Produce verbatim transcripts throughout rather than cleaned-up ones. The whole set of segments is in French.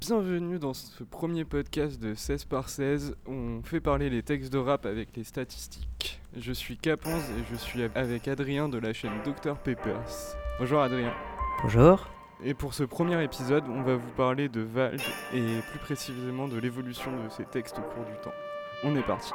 Bienvenue dans ce premier podcast de seize par seize où on fait parler les textes de rap avec les statistiques. Je suis Caponz et je suis avec Adrien de la chaîne docteur Peppers. Bonjour Adrien. Bonjour. Et pour ce premier épisode, on va vous parler de Vald et plus précisément de l'évolution de ses textes au cours du temps. On est parti.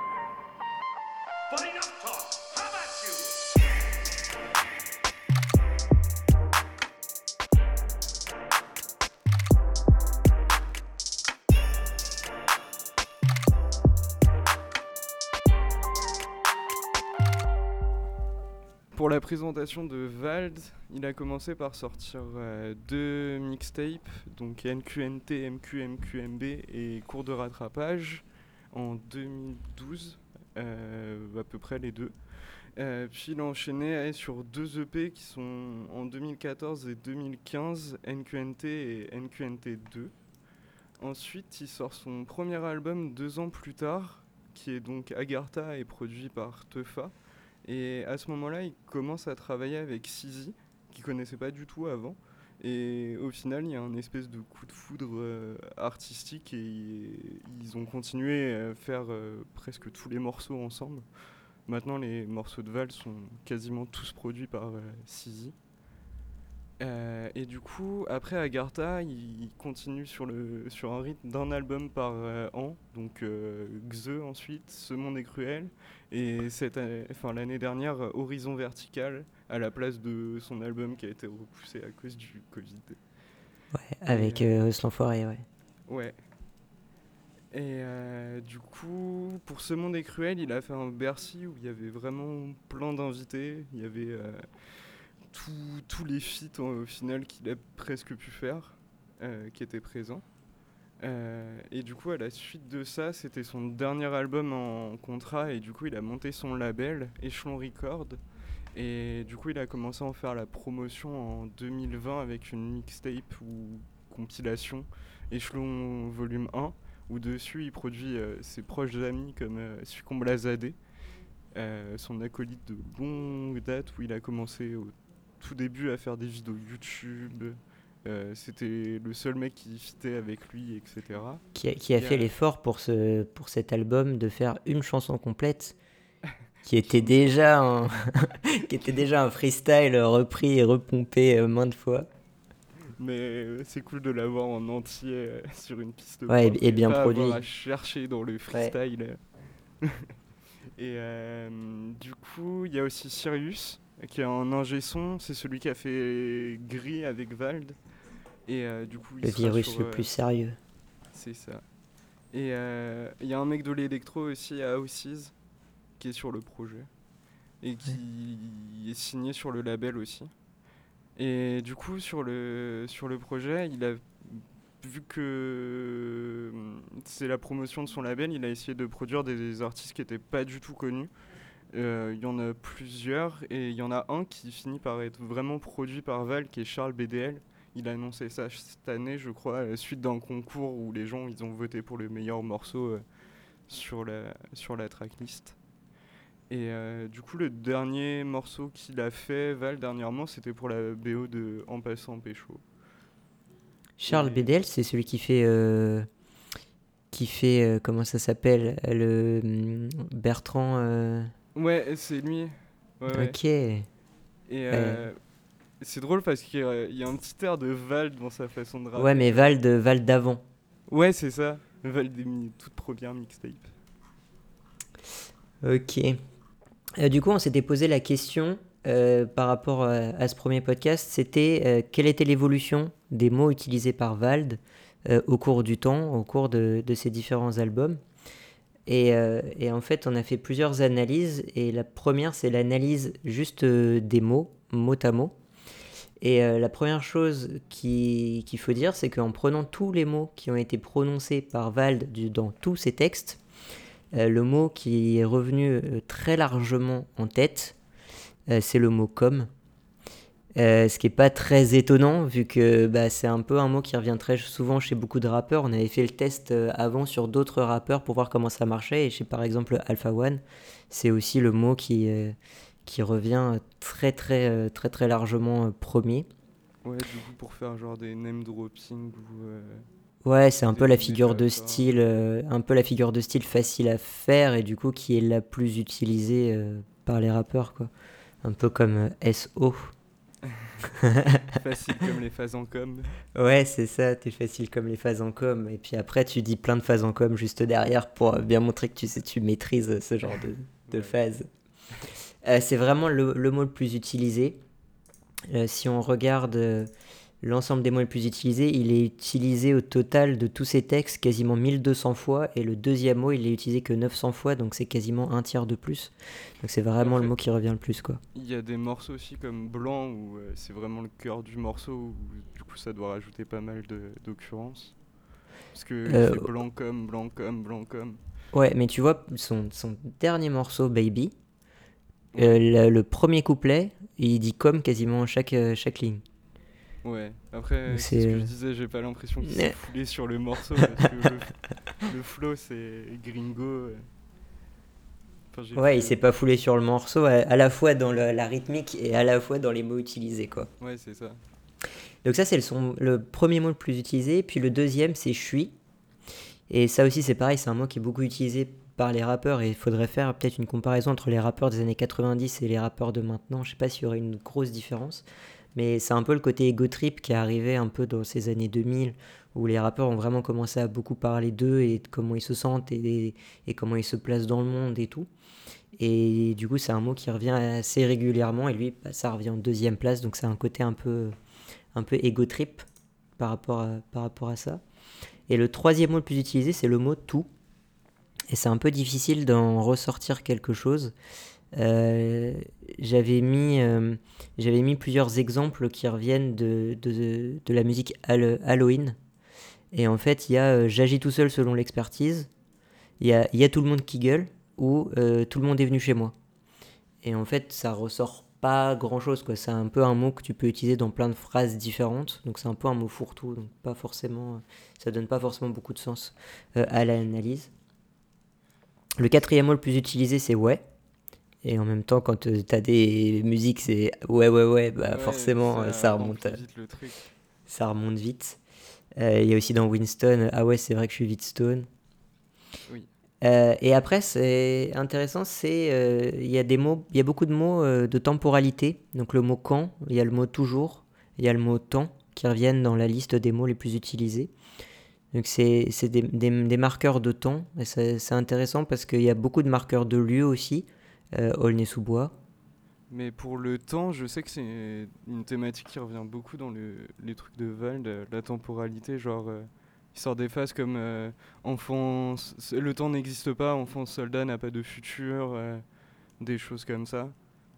Pour la présentation de Vald, il a commencé par sortir euh, deux mixtapes, donc N Q N T, M Q, M Q M B et Cours de rattrapage en deux mille douze, euh, à peu près les deux. Euh, puis il a enchaîné sur deux E P qui sont en deux mille quatorze et deux mille quinze, N Q N T et N Q N T deux. Ensuite, il sort son premier album deux ans plus tard, qui est donc Agartha et produit par Teufa. Et à ce moment-là, il commence à travailler avec Sizi, qu'il connaissait pas du tout avant. Et au final, il y a un espèce de coup de foudre euh, artistique et ils ont continué à faire euh, presque tous les morceaux ensemble. Maintenant, les morceaux de Vald sont quasiment tous produits par euh, Sizi. Euh, et du coup, après Agartha, il continue sur, le, sur un rythme d'un album par euh, an, donc euh, Xe ensuite, Ce Monde est Cruel, et cette année, enfin, l'année dernière, Horizon Vertical, à la place de son album qui a été repoussé à cause du Covid. Ouais, avec Et, euh, l'enfoiré, ouais. Ouais. Et euh, du coup, pour Ce Monde est Cruel, il a fait un Bercy où il y avait vraiment plein d'invités, il y avait... Euh, tous les feats au final qu'il a presque pu faire, euh, qui étaient présents. Euh, et du coup, à la suite de ça, c'était son dernier album en contrat et du coup, il a monté son label, Echelon Record. Et du coup, il a commencé à en faire la promotion en deux mille vingt avec une mixtape ou compilation, Echelon Volume un, où dessus, il produit euh, ses proches amis comme euh, Succombe Lazadé, euh, son acolyte de longue date où il a commencé au tout début à faire des vidéos YouTube. Euh, c'était le seul mec qui fitait avec lui, et cetera. Qui a, qui a Et, fait euh, l'effort pour, ce, pour cet album de faire une chanson complète qui était qui, déjà un, qui était déjà un freestyle repris et repompé euh, maintes fois. mais euh, c'est cool de l'avoir en entier euh, sur une piste Ouais, propre et, et et bien pas avoir à produit. chercher dans le Ouais. freestyle. Et euh, du coup, il y a aussi Sirius, qui est un ingé son. C'est celui qui a fait Gris avec Vald. Et euh, du coup, il Le sera virus sur... le euh, plus sérieux. c'est ça. Et il euh, y a un mec de l'électro aussi à Houses qui est sur le projet et Ouais. qui est signé sur le label aussi. Et du coup, sur le, sur le projet, il a vu que hum, c'est la promotion de son label, il a essayé de produire des, des artistes qui n'étaient pas du tout connus. Euh, Il y en a plusieurs et il y en a un qui finit par être vraiment produit par Val, qui est Charles B D L. Il a annoncé ça cette année, je crois, à la suite d'un concours où les gens ils ont voté pour le meilleur morceau euh, sur la, sur la tracklist. Et euh, du coup, le dernier morceau qu'il a fait, Val, dernièrement, c'était pour la B O de En passant pécho. Charles Et B D L, c'est celui qui fait... euh, qui fait... euh, comment ça s'appelle Le... hum, Bertrand... euh, ouais, c'est lui. Ouais, ouais. Ok. Ouais. Et euh, c'est drôle parce qu'il y a, il y a un petit air de Val dans sa façon de Ouais, rapper, mais tu vois. Val de Val d'avant. Ouais, c'est ça. Val des mi- toute première mixtape. Ok. Euh, du coup, on s'était posé la question euh, par rapport à, à ce premier podcast, c'était euh, quelle était l'évolution des mots utilisés par Vald euh, au cours du temps, au cours de, de ses différents albums. Et, euh, et en fait, on a fait plusieurs analyses. Et la première, c'est l'analyse juste euh, des mots, mot à mot. Et euh, la première chose qui, qu'il faut dire, c'est qu'en prenant tous les mots qui ont été prononcés par Vald du- dans tous ses textes, euh, le mot qui est revenu euh, très largement en tête, euh, c'est le mot com. Euh, ce qui n'est pas très étonnant, vu que bah, c'est un peu un mot qui revient très souvent chez beaucoup de rappeurs. On avait fait le test euh, avant sur d'autres rappeurs pour voir comment ça marchait. Et chez par exemple Alpha One, c'est aussi le mot qui, euh, qui revient très très euh, très très largement euh, premier. Ouais, du coup, pour faire genre des name dropping ou. Euh... Ouais, c'est un peu la des, des figure de métaphores. style, euh, un peu la figure de style facile à faire et du coup qui est la plus utilisée euh, par les rappeurs, quoi. Un peu comme euh, S O. Facile comme les phases en com. Ouais, c'est ça, t'es facile comme les phases en com. Et puis après, tu dis plein de phases en com juste derrière pour euh, bien montrer que tu sais, tu maîtrises ce genre de, de Ouais. phases. Euh, c'est vraiment le, le mot le plus utilisé. Euh, si on regarde euh, l'ensemble des mots les plus utilisés, il est utilisé au total de tous ces textes quasiment mille deux cents fois. Et le deuxième mot, il est utilisé que neuf cents fois, donc c'est quasiment un tiers de plus. Donc c'est Et vraiment le après, mot qui revient le plus, quoi. il y a des morceaux aussi comme Blanc où euh, c'est vraiment le cœur du morceau où du coup ça doit rajouter pas mal de d'occurrences. Parce qu'il Euh, fait blanc comme, blanc comme, blanc comme. ouais, mais tu vois, son, son dernier morceau, Baby, Ouais, euh, le, le premier couplet, il dit comme quasiment chaque, euh, chaque ligne. ouais. Donc Après, c'est ce c'est... que je euh, disais, j'ai pas l'impression qu'il s'est euh, foulé sur le morceau parce que le, f- le flow c'est gringo. euh. Enfin, j'ai Ouais, vu. il euh, s'est pas foulé sur le morceau, à, à la fois dans le- la rythmique et à la fois dans les mots utilisés, quoi. Ouais, c'est ça. Donc ça, c'est le, son- le premier mot le plus utilisé. Puis le deuxième, c'est je suis. Et ça aussi, c'est pareil, c'est un mot qui est beaucoup utilisé par les rappeurs. Et il faudrait faire peut-être une comparaison entre les rappeurs des années quatre-vingt-dix et les rappeurs de maintenant. Je sais pas s'il y aurait une grosse différence. Mais c'est un peu le côté ego trip qui est arrivé un peu dans ces années deux mille, où les rappeurs ont vraiment commencé à beaucoup parler d'eux et de comment ils se sentent et, et comment ils se placent dans le monde et tout. Et du coup, c'est un mot qui revient assez régulièrement. Et lui, bah, ça revient en deuxième place. Donc c'est un côté un peu, un peu ego trip par rapport à, par rapport à ça. Et le troisième mot le plus utilisé, c'est le mot tout. Et c'est un peu difficile d'en ressortir quelque chose. Euh, j'avais mis, euh, j'avais mis plusieurs exemples qui reviennent de, de, de la musique Hall- Halloween. Et en fait, il y a euh, J'agis tout seul selon l'expertise, il y a, il y a tout le monde qui gueule, ou euh, tout le monde est venu chez moi. Et en fait, ça ressort pas grand chose, quoi. C'est un peu un mot que tu peux utiliser dans plein de phrases différentes. Donc c'est un peu un mot fourre-tout, donc pas forcément, ça donne pas forcément beaucoup de sens euh, à l'analyse. Le quatrième mot le plus utilisé, c'est ouais. Et en même temps, quand euh, t'as des musiques, c'est ouais, ouais, ouais, bah Ouais, forcément, euh, ça ça remonte, remplit euh, vite le truc. ça remonte vite. Euh, Il y a aussi dans Winston, euh, ah ouais, c'est vrai que je suis vite stone. Oui. Euh, et après, c'est intéressant, c'est euh, il y a des mots, il y a beaucoup de mots euh, de temporalité. Donc le mot quand, il y a le mot toujours, il y a le mot temps qui reviennent dans la liste des mots les plus utilisés. Donc c'est c'est des, des, des marqueurs de temps. Et c'est c'est intéressant parce qu'il y a beaucoup de marqueurs de lieu aussi. Euh, Aulnay-sous-Bois. Mais pour le temps, je sais que c'est une thématique qui revient beaucoup dans le- les trucs de Vald, euh, la temporalité, genre euh, il sort des phases comme euh, enfant, s- le temps n'existe pas, enfant soldat n'a pas de futur, euh, des choses comme ça.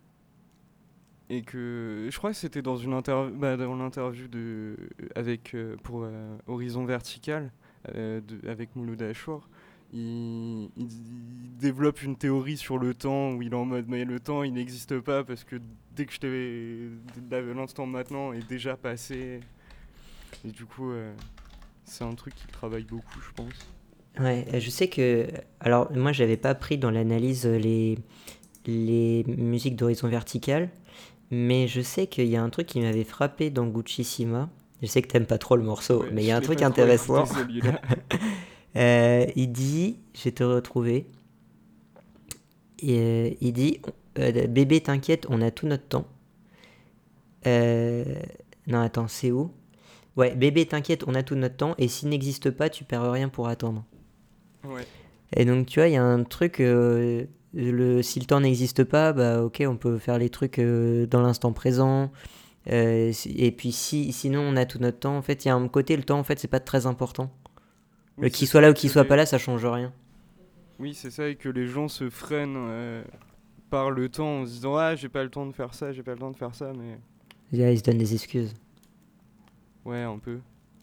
Et que je crois que c'était dans une interview, bah, dans l'interview de avec euh, pour euh, Horizon Vertical euh, de- avec Mouloud Achour, il, il- il développe une théorie sur le temps où il est en mode mais le temps il n'existe pas parce que dès que je t'ai l'instant maintenant est déjà passé et du coup euh, c'est un truc qu'il travaille beaucoup je pense. Ouais, euh, je sais que. Alors, moi, j'avais pas pris dans l'analyse euh, les, les musiques d'Horizon Vertical, mais je sais qu'il y a un truc qui m'avait frappé dans Gucci-Sima. Je sais que t'aimes pas trop le morceau, Ouais, mais il y a je un l'ai truc pas trop écouté intéressant. celui-là. Euh, il dit, je vais te retrouver, et, euh, il dit euh, Bébé, t'inquiète, on a tout notre temps. Euh, non, attends, c'est où? Ouais, bébé, t'inquiète, on a tout notre temps, et s'il n'existe pas, tu perds rien pour attendre. Ouais. Et donc, tu vois, il y a un truc, euh, le, si le temps n'existe pas, bah ok, on peut faire les trucs euh, dans l'instant présent. Euh, si- et puis, si, sinon, on a tout notre temps. En fait, il y a un côté, le temps, en fait, c'est pas très important. Le Oui qu'il c'est soit ça là ou et que qu'il soit pas les là, ça change rien. oui c'est ça et que les gens se freinent euh, par le temps en se disant ah j'ai pas le temps de faire ça, j'ai pas le temps de faire ça mais Là, il se donne des excuses. ouais un peu.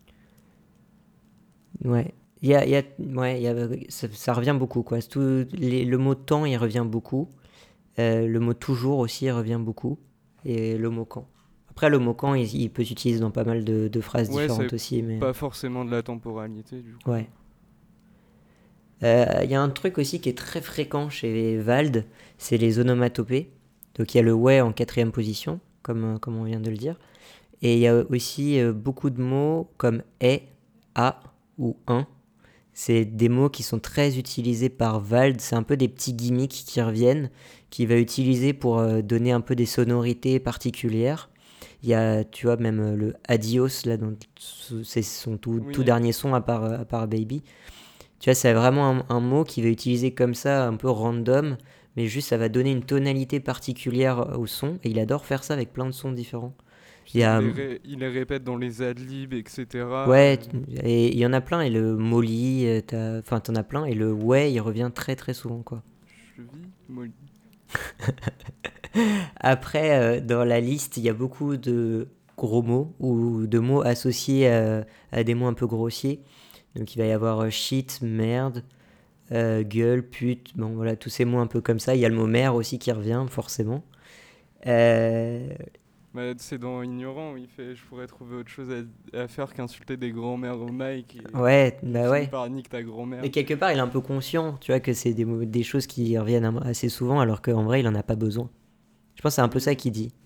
Ouais. Il y a, il y a- ouais, il y a- ça, ça revient beaucoup, quoi. C'est tout- les- le mot temps, il revient beaucoup. Euh, le mot toujours aussi, il revient beaucoup. Et le mot quand. Après, le mot quand, il, il peut s'utiliser dans pas mal de, de phrases Ouais, c'est différentes aussi, mais pas forcément de la temporalité du coup. ouais. Euh, Il y a un truc aussi qui est très fréquent chez Vald, c'est les onomatopées. Donc il y a le ouais en quatrième position, comme, euh, comme on vient de le dire. Et il y a aussi euh, beaucoup de mots comme est, a. ou un. C'est des mots qui sont très utilisés par Vald. C'est un peu des petits gimmicks qui reviennent, qu'il va utiliser pour euh, donner un peu des sonorités particulières. Il y a, tu vois, même euh, le Adios, là, dont c'est son tout, tout Oui, dernier son à part, euh, à part Baby. Tu vois, c'est vraiment un, un mot qu'il va utiliser comme ça, un peu random, mais juste ça va donner une tonalité particulière au son. Et il adore faire ça avec plein de sons différents. Il puis y il a, les, ré- il les répète dans les adlibs, et cetera. ouais, euh, t- et il y en a plein. Et le Molly, euh, t'as- enfin, t'en as plein. Et le ouais, il revient très très souvent, quoi. Cheville, molly. Après, euh, dans la liste, il y a beaucoup de gros mots ou de mots associés à, à des mots un peu grossiers. Donc il va y avoir euh, shit, merde, euh, gueule, pute, bon voilà, tous ces mots un peu comme ça. Il y a le mot mère aussi qui revient, forcément. Euh, Bah, c'est dans Ignorant où il fait je pourrais trouver autre chose à, à faire qu'insulter des grands-mères au mic et ouais, il bah finit ouais. par nique ta Mais grand-mère. quelque part, il est un peu conscient, tu vois, que c'est des, mots- des choses qui reviennent am- assez souvent, alors qu'en vrai, il en a pas besoin. Je pense que c'est un peu ça Oui, qu'il dit.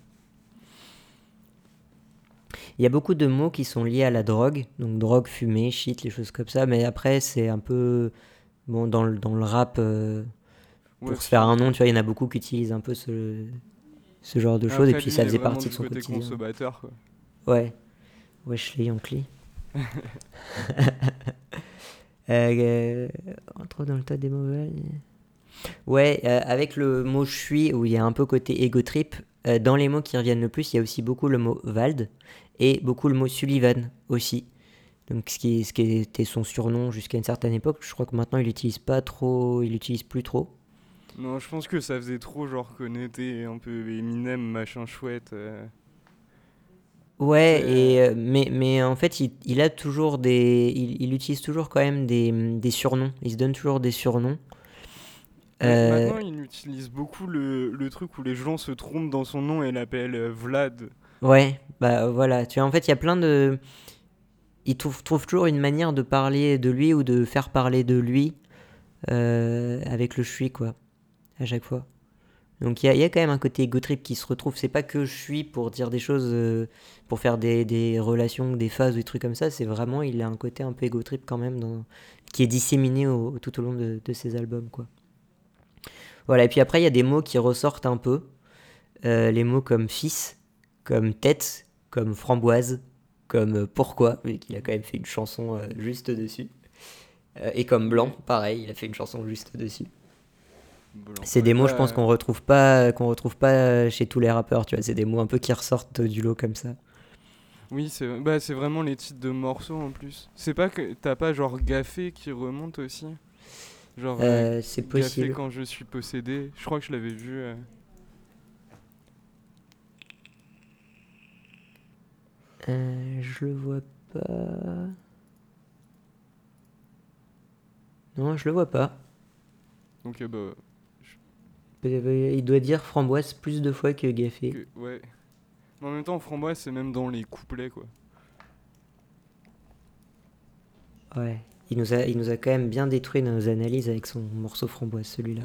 Il y a beaucoup de mots qui sont liés à la drogue, donc drogue, fumée, shit, les choses comme ça, mais après, c'est un peu. Bon, dans le, dans le rap, euh, ouais, pour se faire puis un nom, tu vois, il y en a beaucoup qui utilisent un peu ce, ce genre de choses, et après puis lui ça il est faisait vraiment partie de du son côté quotidien. consommateur quoi. Ouais, Wesley Yankee. Euh, euh, entre dans le tas des mauvais. Ouais, euh, avec le mot je suis, où il y a un peu côté ego trip, euh, dans les mots qui reviennent le plus, il y a aussi beaucoup le mot Vald et beaucoup le mot Sullivan aussi. Donc ce qui, ce qui était son surnom jusqu'à une certaine époque, je crois que maintenant il l'utilise pas trop, il l'utilise plus trop. Non, je pense que ça faisait trop genre connecté un peu Eminem machin chouette. euh. Ouais, et, C'est euh, mais, mais en fait, il, il a toujours des. Il, il utilise toujours quand même des, des surnoms. Il se donne toujours des surnoms. Mais Euh, maintenant il utilise beaucoup le, le truc où les gens se trompent dans son nom et l'appellent euh, Vlad. ouais, bah voilà. Tu vois, en fait, il y a plein de. Il trouve, trouve toujours une manière de parler de lui ou de faire parler de lui euh, avec le je suis, quoi, à chaque fois. Donc il y a, il y a quand même un côté ego trip qui se retrouve. C'est pas que je suis pour dire des choses, euh, pour faire des, des relations, des phases ou des trucs comme ça. C'est vraiment, il a un côté un peu ego trip quand même, dans, qui est disséminé au- tout au long de, de ses albums, quoi. Voilà, et puis après, il y a des mots qui ressortent un peu. Euh, les mots comme fils, comme tête, comme framboise, comme euh, pourquoi, vu qu'il a quand même fait une chanson euh, juste dessus. Euh, et comme blanc, Oui, pareil, il a fait une chanson juste dessus. blanc. C'est Ouais, des mots, je pense, bah qu'on retrouve pas, qu'on retrouve pas chez tous les rappeurs, tu vois. C'est des mots un peu qui ressortent du lot comme ça. oui, c'est bah, c'est vraiment les titres de morceaux en plus. C'est pas que t'as pas genre Gaffé qui remonte aussi. Genre euh, Euh, c'est Gaffé possible. quand je suis possédé. Je crois que je l'avais vu. euh. Euh, je le vois pas. Non, je le vois pas. Donc euh, bah Euh, Il doit dire framboise plus de fois que Gaffé. que ouais. Mais en même temps, Framboise c'est même dans les couplets quoi. Ouais. Il nous, a, il nous a quand même bien détruit nos analyses avec son morceau framboise, celui-là.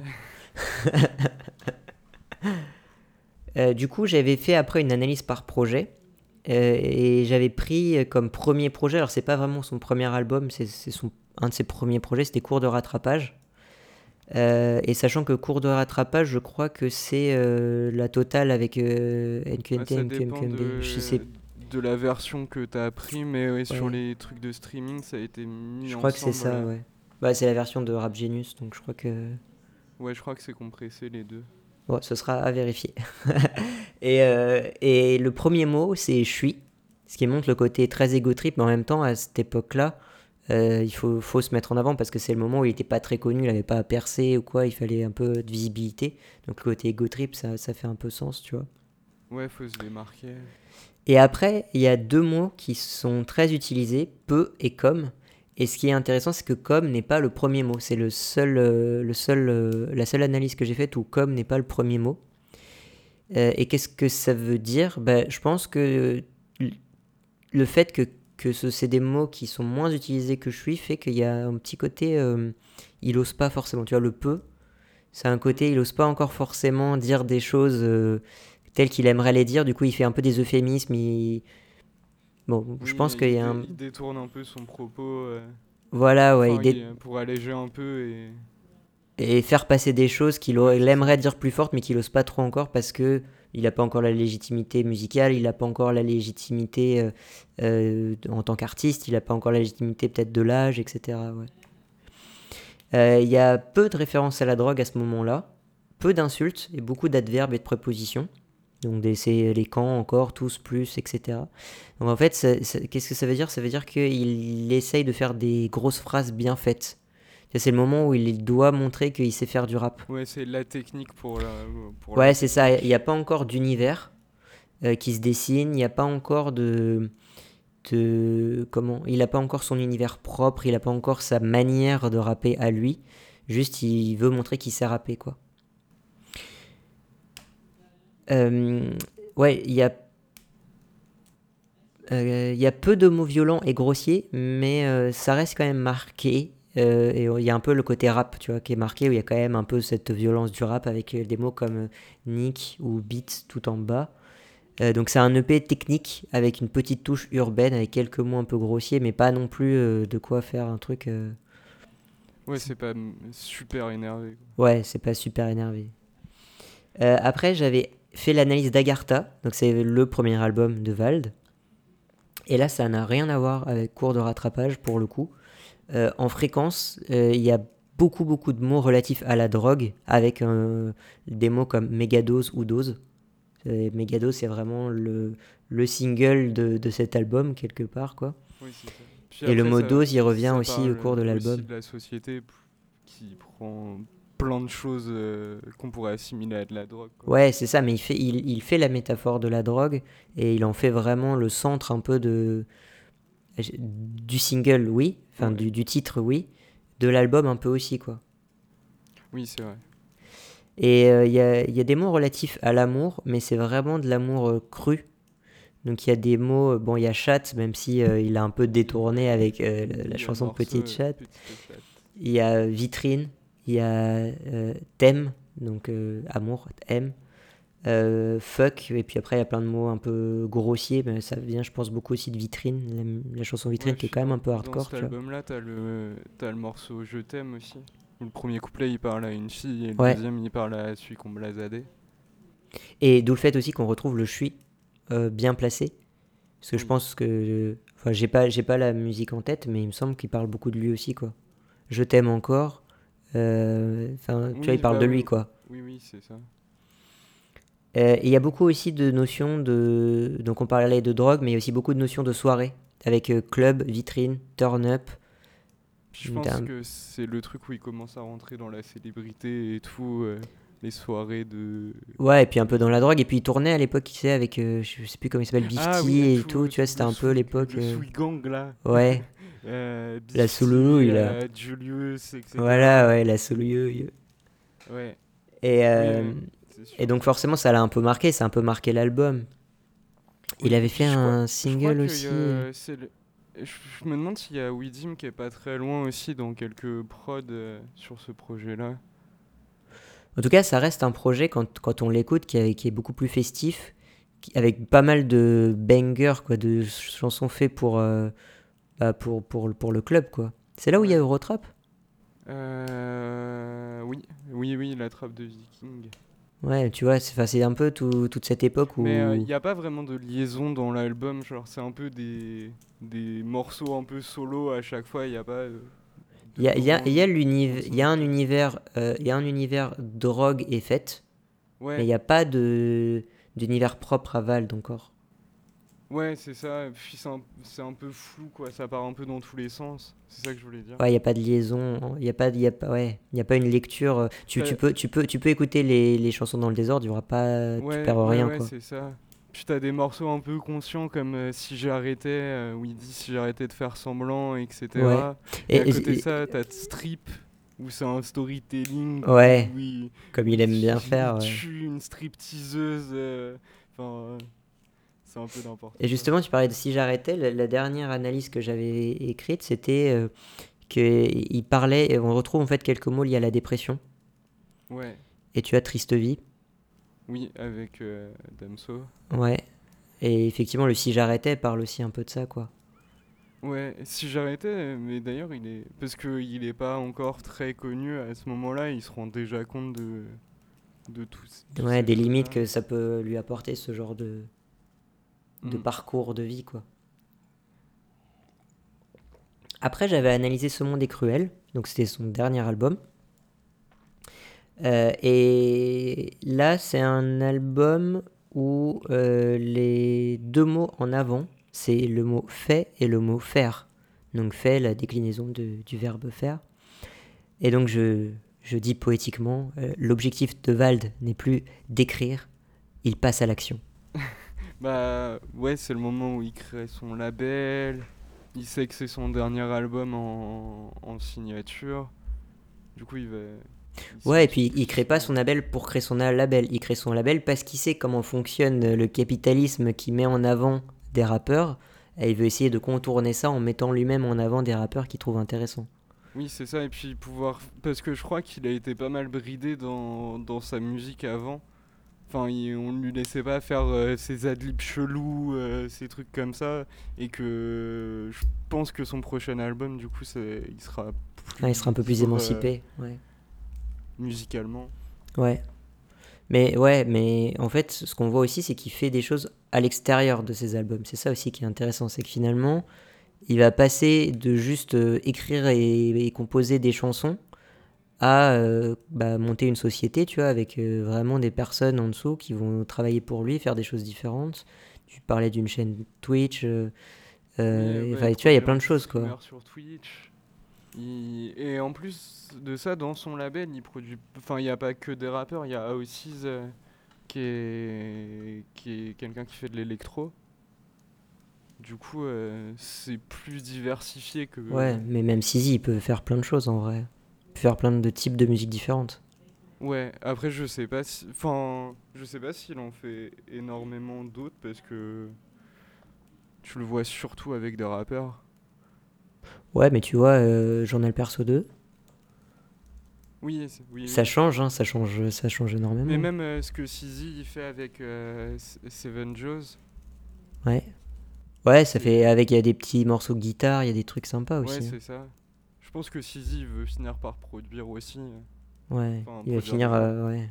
Euh, du coup, j'avais fait après une analyse par projet. Euh, et j'avais pris euh, comme premier projet, alors c'est pas vraiment son premier album, c'est c'est son, un de ses premiers projets, c'était Cours de rattrapage. Euh, et sachant que Cours de rattrapage, je crois que c'est euh, la totale avec euh, Bah, N Q N T, ça M Q, dépend M Q M B. Je sais, de de la version que t'as appris, mais ouais, sur ouais, les trucs de streaming, ça a été mis je crois que c'est ensemble. ça, euh. ouais. Bah, c'est la version de Rap Genius, donc je crois que. Ouais, je crois que c'est compressé les deux. Bon, ce sera à vérifier. et, euh, et le premier mot, c'est je suis, ce qui montre le côté très égo trip, mais en même temps, à cette époque-là, euh, il faut, faut se mettre en avant parce que c'est le moment où il n'était pas très connu, il n'avait pas à percer ou quoi, il fallait un peu de visibilité. Donc le côté égo trip, ça, ça fait un peu sens, tu vois. Ouais, faut se démarquer. Et après, il y a deux mots qui sont très utilisés, peu et comme. Et ce qui est intéressant, c'est que comme n'est pas le premier mot. C'est le seul, euh, le seul, euh, la seule analyse que j'ai faite où comme n'est pas le premier mot. Euh, et qu'est-ce que ça veut dire? Ben, je pense que le fait que, que ce, c'est des mots qui sont moins utilisés que je suis fait qu'il y a un petit côté, euh, il ose pas forcément. Tu vois, le peu, c'est un Mm. côté, il ose pas encore forcément dire des choses euh, telles qu'il aimerait les dire. Du coup, il fait un peu des euphémismes. Il... Bon, je Oui, pense qu'il il, y a dé- un. il détourne un peu son propos. euh. Voilà, ouais, il Enfin, dé- il- pour alléger un peu et... et faire passer des choses qu'il Ouais, aurait- il c'est ça. aimerait dire plus fortes, mais qu'il n'ose pas trop encore parce que il n'a pas encore la légitimité musicale, il n'a pas encore la légitimité euh, euh, en tant qu'artiste, il n'a pas encore la légitimité peut-être de l'âge, et cetera. Ouais. Euh, Il y a peu de références à la drogue à ce moment-là, peu d'insultes et beaucoup d'adverbes et de prépositions. Donc des- c'est les quand, encore, tous, plus, et cetera. Donc en fait, ça- ça- qu'est-ce que ça veut dire? Ça veut dire qu'il essaye de faire des grosses phrases bien faites. C'est le moment où il doit montrer qu'il sait faire du rap. Ouais, c'est la technique pour la, pour la Ouais, c'est ça. Il n'y a technique. pas encore d'univers euh, qui se dessine. Il n'y a pas encore de, de comment Il n'a pas encore son univers propre. Il n'a pas encore sa manière de rapper à lui. Juste, il veut montrer qu'il sait rapper, quoi. Euh, ouais, il y a euh, il y a peu de mots violents et grossiers, mais euh, ça reste quand même marqué. Euh, et il y a un peu le côté rap, tu vois, qui est marqué, où il y a quand même un peu cette violence du rap avec euh, des mots comme euh, nick ou beat tout en bas. Euh, donc c'est un E P technique avec une petite touche urbaine, avec quelques mots un peu grossiers, mais pas non plus euh, de quoi faire un truc. euh, Ouais, c'est pas mm, super énervé, quoi. Ouais, c'est pas super énervé. Euh, après, j'avais fait l'analyse d'Agartha, donc c'est le premier album de Vald. Et là, ça n'a rien à voir avec cours de rattrapage pour le coup. Euh, en fréquence, euh, il y a beaucoup beaucoup de mots relatifs à la drogue, avec euh, des mots comme mégadose ou dose. Euh, mégadose, c'est vraiment le, le single de, de cet album, quelque part, quoi. Oui, c'est ça. Puis Et le après, mot ça, dose, il revient ça aussi au parle cours de aussi l'album. de la société p- qui prend plein de choses euh, qu'on pourrait assimiler à de la drogue, quoi. Ouais, c'est ça, mais il fait, il, il fait la métaphore de la drogue et il en fait vraiment le centre un peu de, du single, oui, enfin Ouais. du, du titre, oui, de l'album un peu aussi, quoi. Oui, c'est vrai. Et il euh, y, a, y a des mots relatifs à l'amour, mais c'est vraiment de l'amour euh, cru. Donc il y a des mots, euh, bon, il y a chatte, même si euh, il a un peu détourné avec euh, la, Oui, la il y a le chanson morceau Petite euh, chatte. Petite chatte. Il y a vitrine, il y a euh, thème, donc euh, amour, aime. Euh, fuck, et puis après il y a plein de mots un peu grossiers, mais ça vient je pense beaucoup aussi de Vitrine, la, la chanson Vitrine Ouais, qui est puis quand même dans, un peu dans hardcore, cet tu vois. album-là, t'as le, t'as le morceau Je t'aime aussi. Où le premier couplet il parle à une fille et le Ouais, deuxième il parle à celui qu'on blasadait. et d'où le fait aussi qu'on retrouve le je suis euh, bien placé, parce que je Oui. pense que, enfin j'ai pas, j'ai pas la musique en tête, mais il me semble qu'il parle beaucoup de lui aussi, quoi. Je t'aime encore, euh, enfin tu vois, il Oui, parle bah de oui, lui, quoi. oui, oui, c'est ça. Euh, et il y a beaucoup aussi de notions de, donc on parlait de drogue, mais il y a aussi beaucoup de notions de soirée, avec euh, club, vitrine, turn up. Puis je pense que c'est le truc où il commence à rentrer dans la célébrité et tout, euh, les soirées de... Ouais, et puis un de peu dans ça. la drogue. Et puis il tournait à l'époque, tu sais, avec, euh, je sais plus comment il s'appelle, Ah oui, Bifty et et tout. tout, Tu vois, tout c'était le un peu sweet, l'époque. le euh, sweet gang là. Ouais, euh, la Bifty, Souloulou, là. euh, Julius, Voilà, et cetera. ouais, la Soulou. Ouais, Et, oui, euh, oui, c'est et sûr. donc forcément, ça l'a un peu marqué. Ça a un peu marqué l'album. Il Oui, avait et fait puis je crois, un je crois single que y aussi. euh. a, c'est le- je, je me demande s'il y a Widim qui est pas très loin aussi dans quelques prods euh, sur ce projet-là. En tout cas, ça reste un projet, quand, quand on l'écoute, qui, est- qui est beaucoup plus festif, qui- avec pas mal de bangers, quoi, de chansons faites pour, euh, bah, pour, pour, pour le club, quoi. C'est là où il y a Ouais. Eurotrap. Euh, oui, oui, oui, la trappe de Viking. Ouais, tu vois, c'est 'fin, c'est un peu tout- toute cette époque Mais il où n'y a pas vraiment de liaison dans l'album, genre c'est un peu des, des morceaux un peu solo à chaque fois, il n'y a pas euh, il de y a, il y a, il y a grande l'univ- il y a un continuité. univers, euh, il y a un univers drogue et fête, mais il Ouais, n'y a pas de d'univers propre à Vald encore. ouais, c'est ça, et puis c'est un, c'est un peu flou quoi, ça part un peu dans tous les sens, c'est ça que je voulais dire. Ouais, il n'y a pas de liaison, il n'y a pas, il y a pas, ouais, il y a pas une lecture. euh, Tu, tu T'as- peux, tu peux, tu peux écouter les, les chansons dans le désordre, il y aura pas, tu Ouais, perds ouais, rien, ouais, quoi. c'est ça. Puis t'as des morceaux un peu conscients comme euh, Si j'arrêtais, euh, où il dit si j'arrêtais de faire semblant, Ouais. et cetera. Et à Et, côté de et- ça, t'as Strip, où c'est un storytelling, ouais, où il, comme où il il, aime bien il faire. Ouais. tue une stripteaseuse. euh, Enfin, euh, c'est un peu n'importe Et quoi. justement, tu parlais de Si j'arrêtais, la, la dernière analyse que j'avais écrite, c'était euh, qu'il parlait, et on retrouve en fait quelques mots liés à la dépression. Ouais, Et tu as Triste Vie. oui, avec euh, Damso. Ouais. Et effectivement, le Si j'arrêtais parle aussi un peu de ça, quoi. Ouais, si j'arrêtais, mais d'ailleurs, il est. Parce qu'il est pas encore très connu à ce moment-là, il se rend déjà compte de, de tous- toutes Ouais, ces des limites choses-là. que ça peut lui apporter, ce genre de, de Mm. parcours de vie, quoi. Après, j'avais analysé Ce Monde est cruel, donc c'était son dernier album. Euh, et là, c'est un album où euh, les deux mots en avant, c'est le mot fait et le mot faire. Donc fait, la déclinaison de- du verbe faire. Et donc je, je dis poétiquement, euh, l'objectif de Vald n'est plus d'écrire, il passe à l'action. Bah, ouais, c'est le moment où il crée son label. Il sait que c'est son dernier album en, en signature. Du coup, il va. Il Ouais, et s'implique puis il crée pas doucement. son label pour créer son label, il crée son label parce qu'il sait comment fonctionne le capitalisme qui met en avant des rappeurs, et il veut essayer de contourner ça en mettant lui-même en avant des rappeurs qu'il trouve intéressants. Oui, c'est ça. Et puis pouvoir. Parce que je crois qu'il a été pas mal bridé dans, dans sa musique avant. Enfin, il- on ne lui laissait pas faire euh, ses adlibs chelous, euh, ces trucs comme ça. Et que je pense que son prochain album, du coup, c'est, il sera plus Enfin, il sera un peu plus libre euh, émancipé, ouais. musicalement. Ouais. Mais ouais, mais en fait, ce qu'on voit aussi, c'est qu'il fait des choses à l'extérieur de ses albums. C'est ça aussi qui est intéressant, c'est que finalement, il va passer de juste euh, écrire et, et composer des chansons à euh, bah, monter une société, tu vois, avec euh, vraiment des personnes en dessous qui vont travailler pour lui, faire des choses différentes. Tu parlais d'une chaîne Twitch, euh, Oui, euh, euh, bah, il enfin, tu vois, il y a produit plein un de choses, quoi. streamer sur Twitch. Il- Et en plus de ça, dans son label, il produit. Enfin, il n'y a pas que des rappeurs, il y a Aosis euh, qui est, qui est quelqu'un qui fait de l'électro. Du coup, euh, c'est plus diversifié que. Ouais, mais même Sizi, il peut faire plein de choses en vrai. Il peut faire plein de types de musique différentes. Ouais, après, je sais pas si. Enfin, je sais pas s'il en fait énormément d'autres parce que tu le vois surtout avec des rappeurs. Ouais, mais tu vois, euh, Journal Perso deux, Oui, c'est- oui, ça oui. change, hein, ça change, ça change Mais énormément. même euh, ce que Sizi il fait avec euh, S- Seven Joes, Ouais. Ouais, ça fait c'est. avec il y a des petits morceaux de guitare, il y a des trucs sympas Ouais, aussi, hein. c'est ça. Je pense que Sizi veut finir par produire aussi. euh, Ouais, Enfin, il va produire des finir, gens. euh, ouais.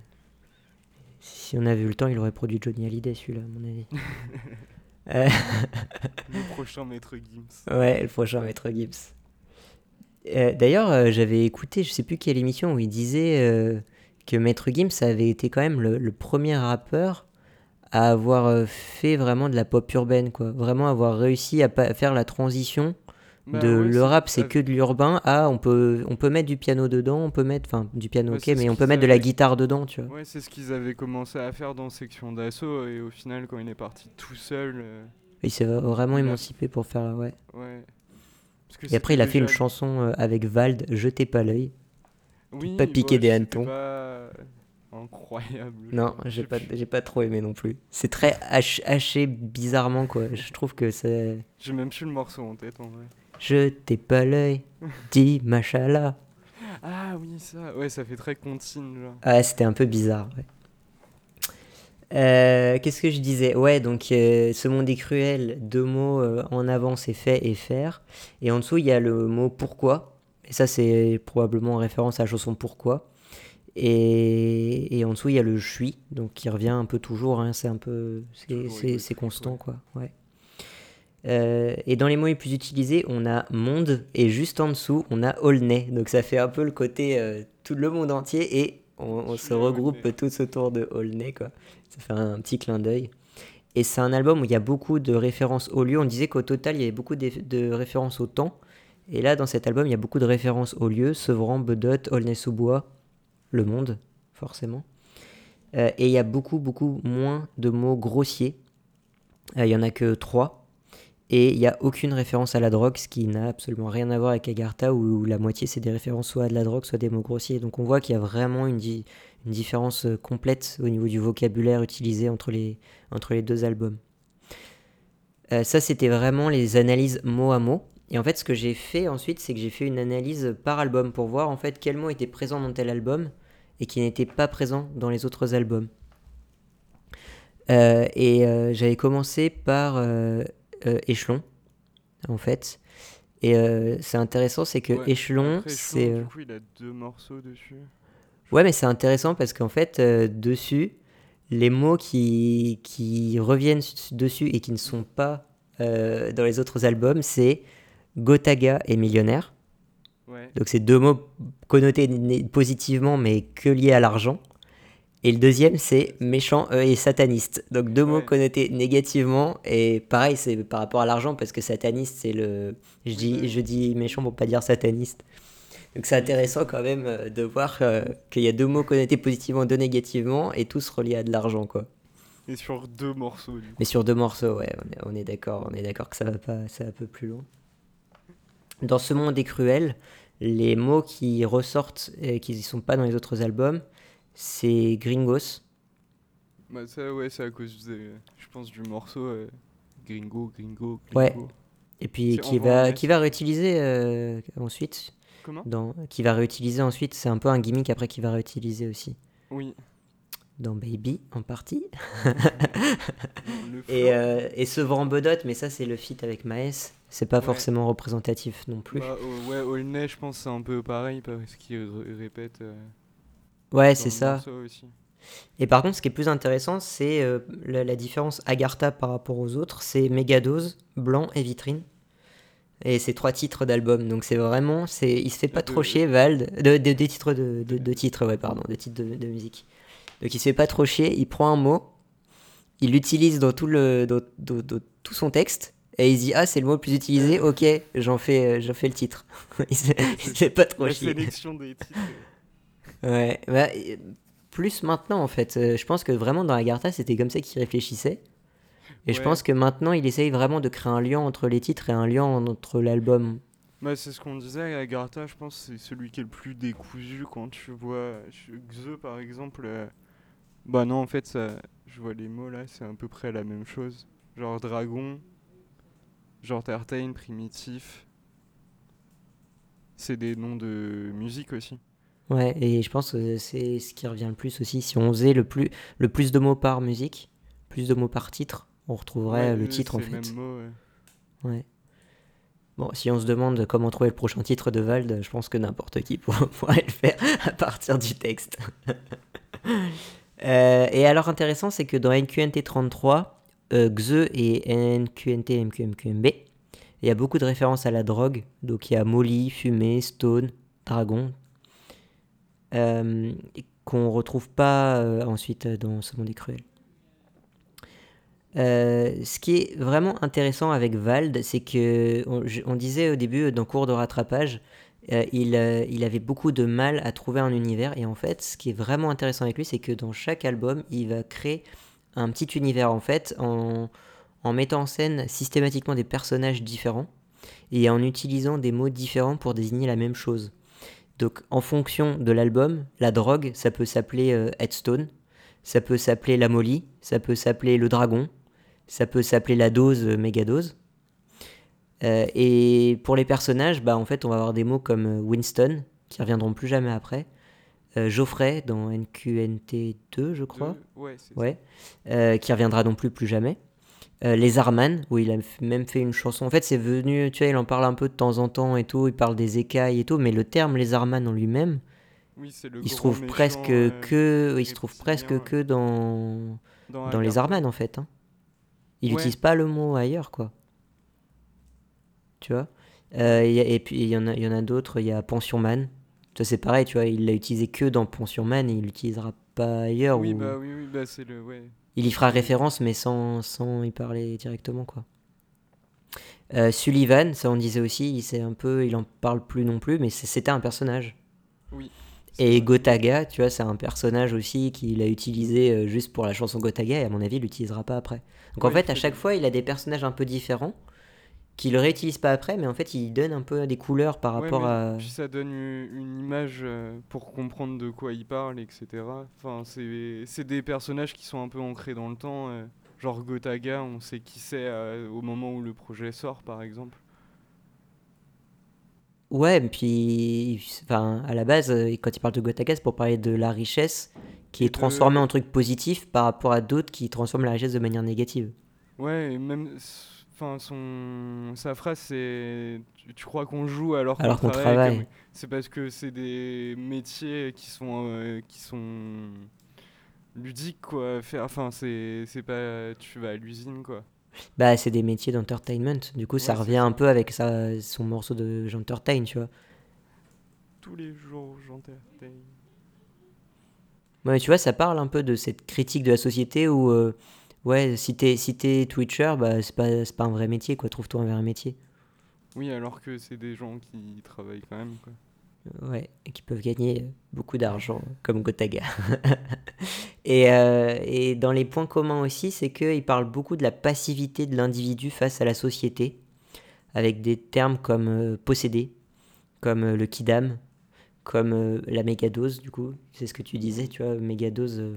Si on avait eu le temps, il aurait produit Johnny Hallyday, celui-là, à mon avis. Euh, Le prochain Maître Gims. ouais, le prochain Maître Gibbs. Euh, D'ailleurs, euh, j'avais écouté, je sais plus quelle émission, où il disait euh, que Maître Gims avait été quand même le, le premier rappeur à avoir euh, fait vraiment de la pop urbaine, quoi. Vraiment avoir réussi à, pa- à faire la transition de Bah ouais, le c'est rap, c'est que av- de l'urbain à on peut, on peut mettre du piano dedans, on peut mettre, enfin, du piano, bah, ok, c'est ce mais on peut qu'ils mettre de la avaient. guitare dedans, tu vois. Ouais, c'est ce qu'ils avaient commencé à faire dans Section d'Assaut et au final, quand il est parti tout seul, euh, Il s'est vraiment il a. émancipé pour faire, ouais. Ouais. Parce que Et après, c'était il a fait une déjà. chanson euh, avec Vald, Je t'ai pas l'œil, pour pas Oui, piquer bon, des c'était hannetons. pas incroyable, je Non, crois. j'ai J'ai pas, plus- j'ai pas trop aimé non plus. C'est très hach- haché bizarrement, quoi. Je trouve que c'est. J'ai même plus le morceau en tête en vrai. Je t'ai pas l'œil, dis machallah. Ah oui, ça. Ouais, ça fait très comptine, genre. Ah, c'était un peu bizarre, ouais. Euh, Qu'est-ce que je disais? Ouais, donc euh, ce monde est cruel, deux mots euh, en avant, c'est fait et faire. Et en dessous, il y a le mot pourquoi. Et ça, c'est probablement en référence à la chanson Pourquoi. Et, et en dessous, il y a le je suis, donc qui revient un peu toujours, hein, c'est un peu. C'est Toujours c'est- c'est égotrique, constant, ouais. quoi. Ouais. Euh, et dans les mots les plus utilisés, on a monde, et juste en dessous, on a Aulnay. Donc ça fait un peu le côté euh, tout le monde entier, et on, Je on se suis à Aulnay. regroupe tous autour de Aulnay, quoi. Ça fait un, petit clin d'œil. Et c'est un album où il y a beaucoup de références au lieu. On disait qu'au total, il y avait beaucoup de, de références au temps. Et là, dans cet album, il y a beaucoup de références au lieu. Sevran, Bedotte, Aulnay-sous-Bois, Le Monde, forcément. Euh, et il y a beaucoup, beaucoup moins de mots grossiers. Euh, il y en a que trois. Et il n'y a aucune référence à la drogue, ce qui n'a absolument rien à voir avec Agartha, où, où la moitié c'est des références soit à de la drogue, soit des mots grossiers. Donc on voit qu'il y a vraiment une, di- une différence euh, complète au niveau du vocabulaire utilisé entre les, entre les deux albums. Euh, ça, c'était vraiment les analyses mot à mot. Et en fait, ce que j'ai fait ensuite, c'est que j'ai fait une analyse par album pour voir en fait quels mots étaient présents dans tel album et qui n'étaient pas présents dans les autres albums. Euh, et euh, j'avais commencé par euh, euh, Échelon, en fait. Et euh, c'est intéressant, c'est que Ouais. Échelon, Après, c'est... Échelon, euh, du coup, il a deux morceaux dessus. Ouais, mais c'est intéressant parce qu'en fait, euh, dessus, les mots qui, qui reviennent s- dessus et qui ne sont pas euh, dans les autres albums, c'est Gotaga et Millionnaire. Ouais. Donc c'est deux mots connotés né- positivement mais que liés à l'argent. Et le deuxième, c'est méchant euh, et sataniste. Donc deux mots Ouais. connotés négativement. Et pareil, c'est par rapport à l'argent parce que sataniste, c'est le... Je Oui, bah dis, je oui. dis méchant pour pas dire sataniste. Donc c'est Oui, c'est intéressant ça. quand même euh, de voir euh, qu'il y a deux mots connotés positivement, deux négativement, et tous reliés à de l'argent, quoi. Et sur deux morceaux, du Mais coup. sur deux morceaux, ouais, on est, on est d'accord, on est d'accord que ça va pas, ça va un peu plus loin. Dans ce monde des cruels, les mots qui ressortent et qui ne sont pas dans les autres albums, c'est gringos. Bah, ça, ouais, c'est à cause, de, je pense, du morceau euh, Gringo, Gringo, Ouais, Gringo. et puis C'est qui Envoie un va, qui va message. réutiliser euh, ensuite, Comment? dans, qui va réutiliser ensuite, c'est un peu un gimmick après qui va réutiliser aussi Oui. dans Baby en partie. Bon, le Et, flow. euh, et ce vent Bedotte, mais ça c'est le feat avec Maes, c'est pas Ouais. forcément représentatif non plus. Bah, oh, ouais, Aulnay, je pense, c'est un peu pareil parce qu'il r- répète euh, Ouais, dans c'est le ça. morceau aussi. Et par contre, ce qui est plus intéressant, c'est euh, la, la différence Agartha par rapport aux autres, c'est Mégadose, Blanc et Vitrine. Et c'est trois titres d'album, donc c'est vraiment, c'est, il se fait Et pas trop de, chier, Vald, de, de- des titres de, de, de- de titres, ouais, pardon, de titres de, de musique. Donc il se fait pas trop chier, il prend un mot, il l'utilise dans tout le, dans, dans- dans tout son texte, et il se dit ah c'est le mot le plus utilisé, euh, ok, j'en fais, euh, j'en fais le titre. il, se, ouais, il se c'est fait ça. pas trop La chier. sélection des titres. est- Ouais, bah, euh, plus maintenant en fait. Euh, Je pense que vraiment dans Agartha, c'était comme ça qu'il réfléchissait. Et je Ouais. pense que maintenant, il essaye vraiment de créer un lien entre les titres et un lien entre l'album. Bah, c'est ce qu'on disait, Agartha, je pense, c'est celui qui est le plus décousu quand tu vois. je- Xe, par exemple. euh, Bah, non, en fait, ça, je vois les mots là, c'est à peu près la même chose. Genre dragon, genre Tartane, primitif. C'est des noms de musique aussi. Ouais, et je pense que c'est ce qui revient le plus aussi. Si on faisait le plus, le plus de mots par musique, plus de mots par titre, on Ouais, retrouverait le euh, titre en c'est le même fait. mot. Ouais. Ouais. Bon, si on se demande comment trouver le prochain titre de Vald, je pense que n'importe qui pour- pourrait le faire à partir du texte. Euh, et alors intéressant, c'est que dans N Q N T trente-trois, euh, Xe et N Q N T M Q M Q M B, il y a beaucoup de références à la drogue. Donc il y a Molly, Fumée, Stone, Dragon, euh, qu'on retrouve pas euh, ensuite dans Ce monde est cruel. Euh, ce qui est vraiment intéressant avec Vald, c'est que on, je- on disait au début dans cours de rattrapage, euh, il, euh, il avait beaucoup de mal à trouver un univers. Et en fait, ce qui est vraiment intéressant avec lui, c'est que dans chaque album, il va créer un petit univers en fait, en, en mettant en scène systématiquement des personnages différents et en utilisant des mots différents pour désigner la même chose. Donc en fonction de l'album, la drogue, ça peut s'appeler euh, Headstone, ça peut s'appeler la Molly, ça peut s'appeler le dragon, ça peut s'appeler la dose, euh, mégadose. Euh, et pour les personnages, bah, en fait, on va avoir des mots comme euh, Winston, qui reviendront plus jamais après, euh, Geoffrey dans N Q N T deux, je crois, Deux, ouais, c'est ça. ouais, euh, qui reviendra non plus plus jamais. Euh, les Arman, où il a f- même fait une chanson. En fait, c'est venu, tu vois, il en parle un peu de temps en temps et tout, il parle des écailles et tout, mais le terme les Arman en lui-même, Oui, c'est le il se grand trouve presque méchant euh, que, il se trouve reptilien presque euh, que dans, dans dans les Agartha. Arman en fait. Hein. Il Ouais, n'utilise pas le mot ailleurs, quoi. Tu vois. Euh, ouais. y a- et puis il y en a, il y en a d'autres. Il y a Pension Man. Ça c'est pareil, tu vois. Il l'a utilisé que dans Pension Man et il l'utilisera pas ailleurs Oui, ou bah oui, oui, bah c'est le. Ouais. il y fera C'est. référence mais sans, sans y parler directement, quoi. Euh, Sullivan, ça on disait aussi, il c'est un peu, il en parle plus non plus, mais c'est- c'était un personnage. Oui, c'est Et vrai. Gotaga, tu vois, c'est un personnage aussi qu'il a utilisé euh, juste pour la chanson Gotaga et à mon avis, il l'utilisera pas après. Donc en Ouais, il fait, à fait chaque des. fois, il a des personnages un peu différents qu'il le réutilise pas après, mais en fait, il donne un peu des couleurs par Ouais, rapport mais à. puis ça donne u- une image euh, pour comprendre de quoi il parle, et cetera. Enfin, c'est c'est des personnages qui sont un peu ancrés dans le temps. euh, Genre Gotaga, on sait qui c'est euh, au moment où le projet sort, par exemple. Ouais, et puis, enfin, à la base, euh, quand il parle de Gotaga, c'est pour parler de la richesse qui Et est transformée en de. truc positif par rapport à d'autres qui transforment la richesse de manière négative. Ouais, et même. s- enfin, son, sa phrase, c'est tu, tu crois qu'on joue alors qu'on Alors qu'on travaille. Comme, travaille. c'est parce que c'est des métiers qui sont, euh, qui sont ludiques, quoi. Faire, enfin, c'est, c'est pas. Tu vas à l'usine, quoi. Bah, c'est des métiers d'entertainment. Du coup, ça Ouais, c'est revient un ça. peu avec sa, son morceau de J'entertain, tu vois. Tous les jours, j'entertain. Ouais, tu vois, ça parle un peu de cette critique de la société où, euh, ouais, si t'es, si t'es Twitcher, bah, c'est pas, c'est pas un vrai métier, quoi. Trouve-toi un vrai métier. Oui, alors que c'est des gens qui travaillent quand même, quoi. Euh, Ouais, et qui peuvent gagner beaucoup d'argent, comme Gotaga. Et, euh, et dans les points communs aussi, c'est qu'il parle beaucoup de la passivité de l'individu face à la société, avec des termes comme euh, posséder, comme euh, le kidam, comme euh, la mégadose, du coup, c'est ce que tu disais, tu vois, mégadose, euh,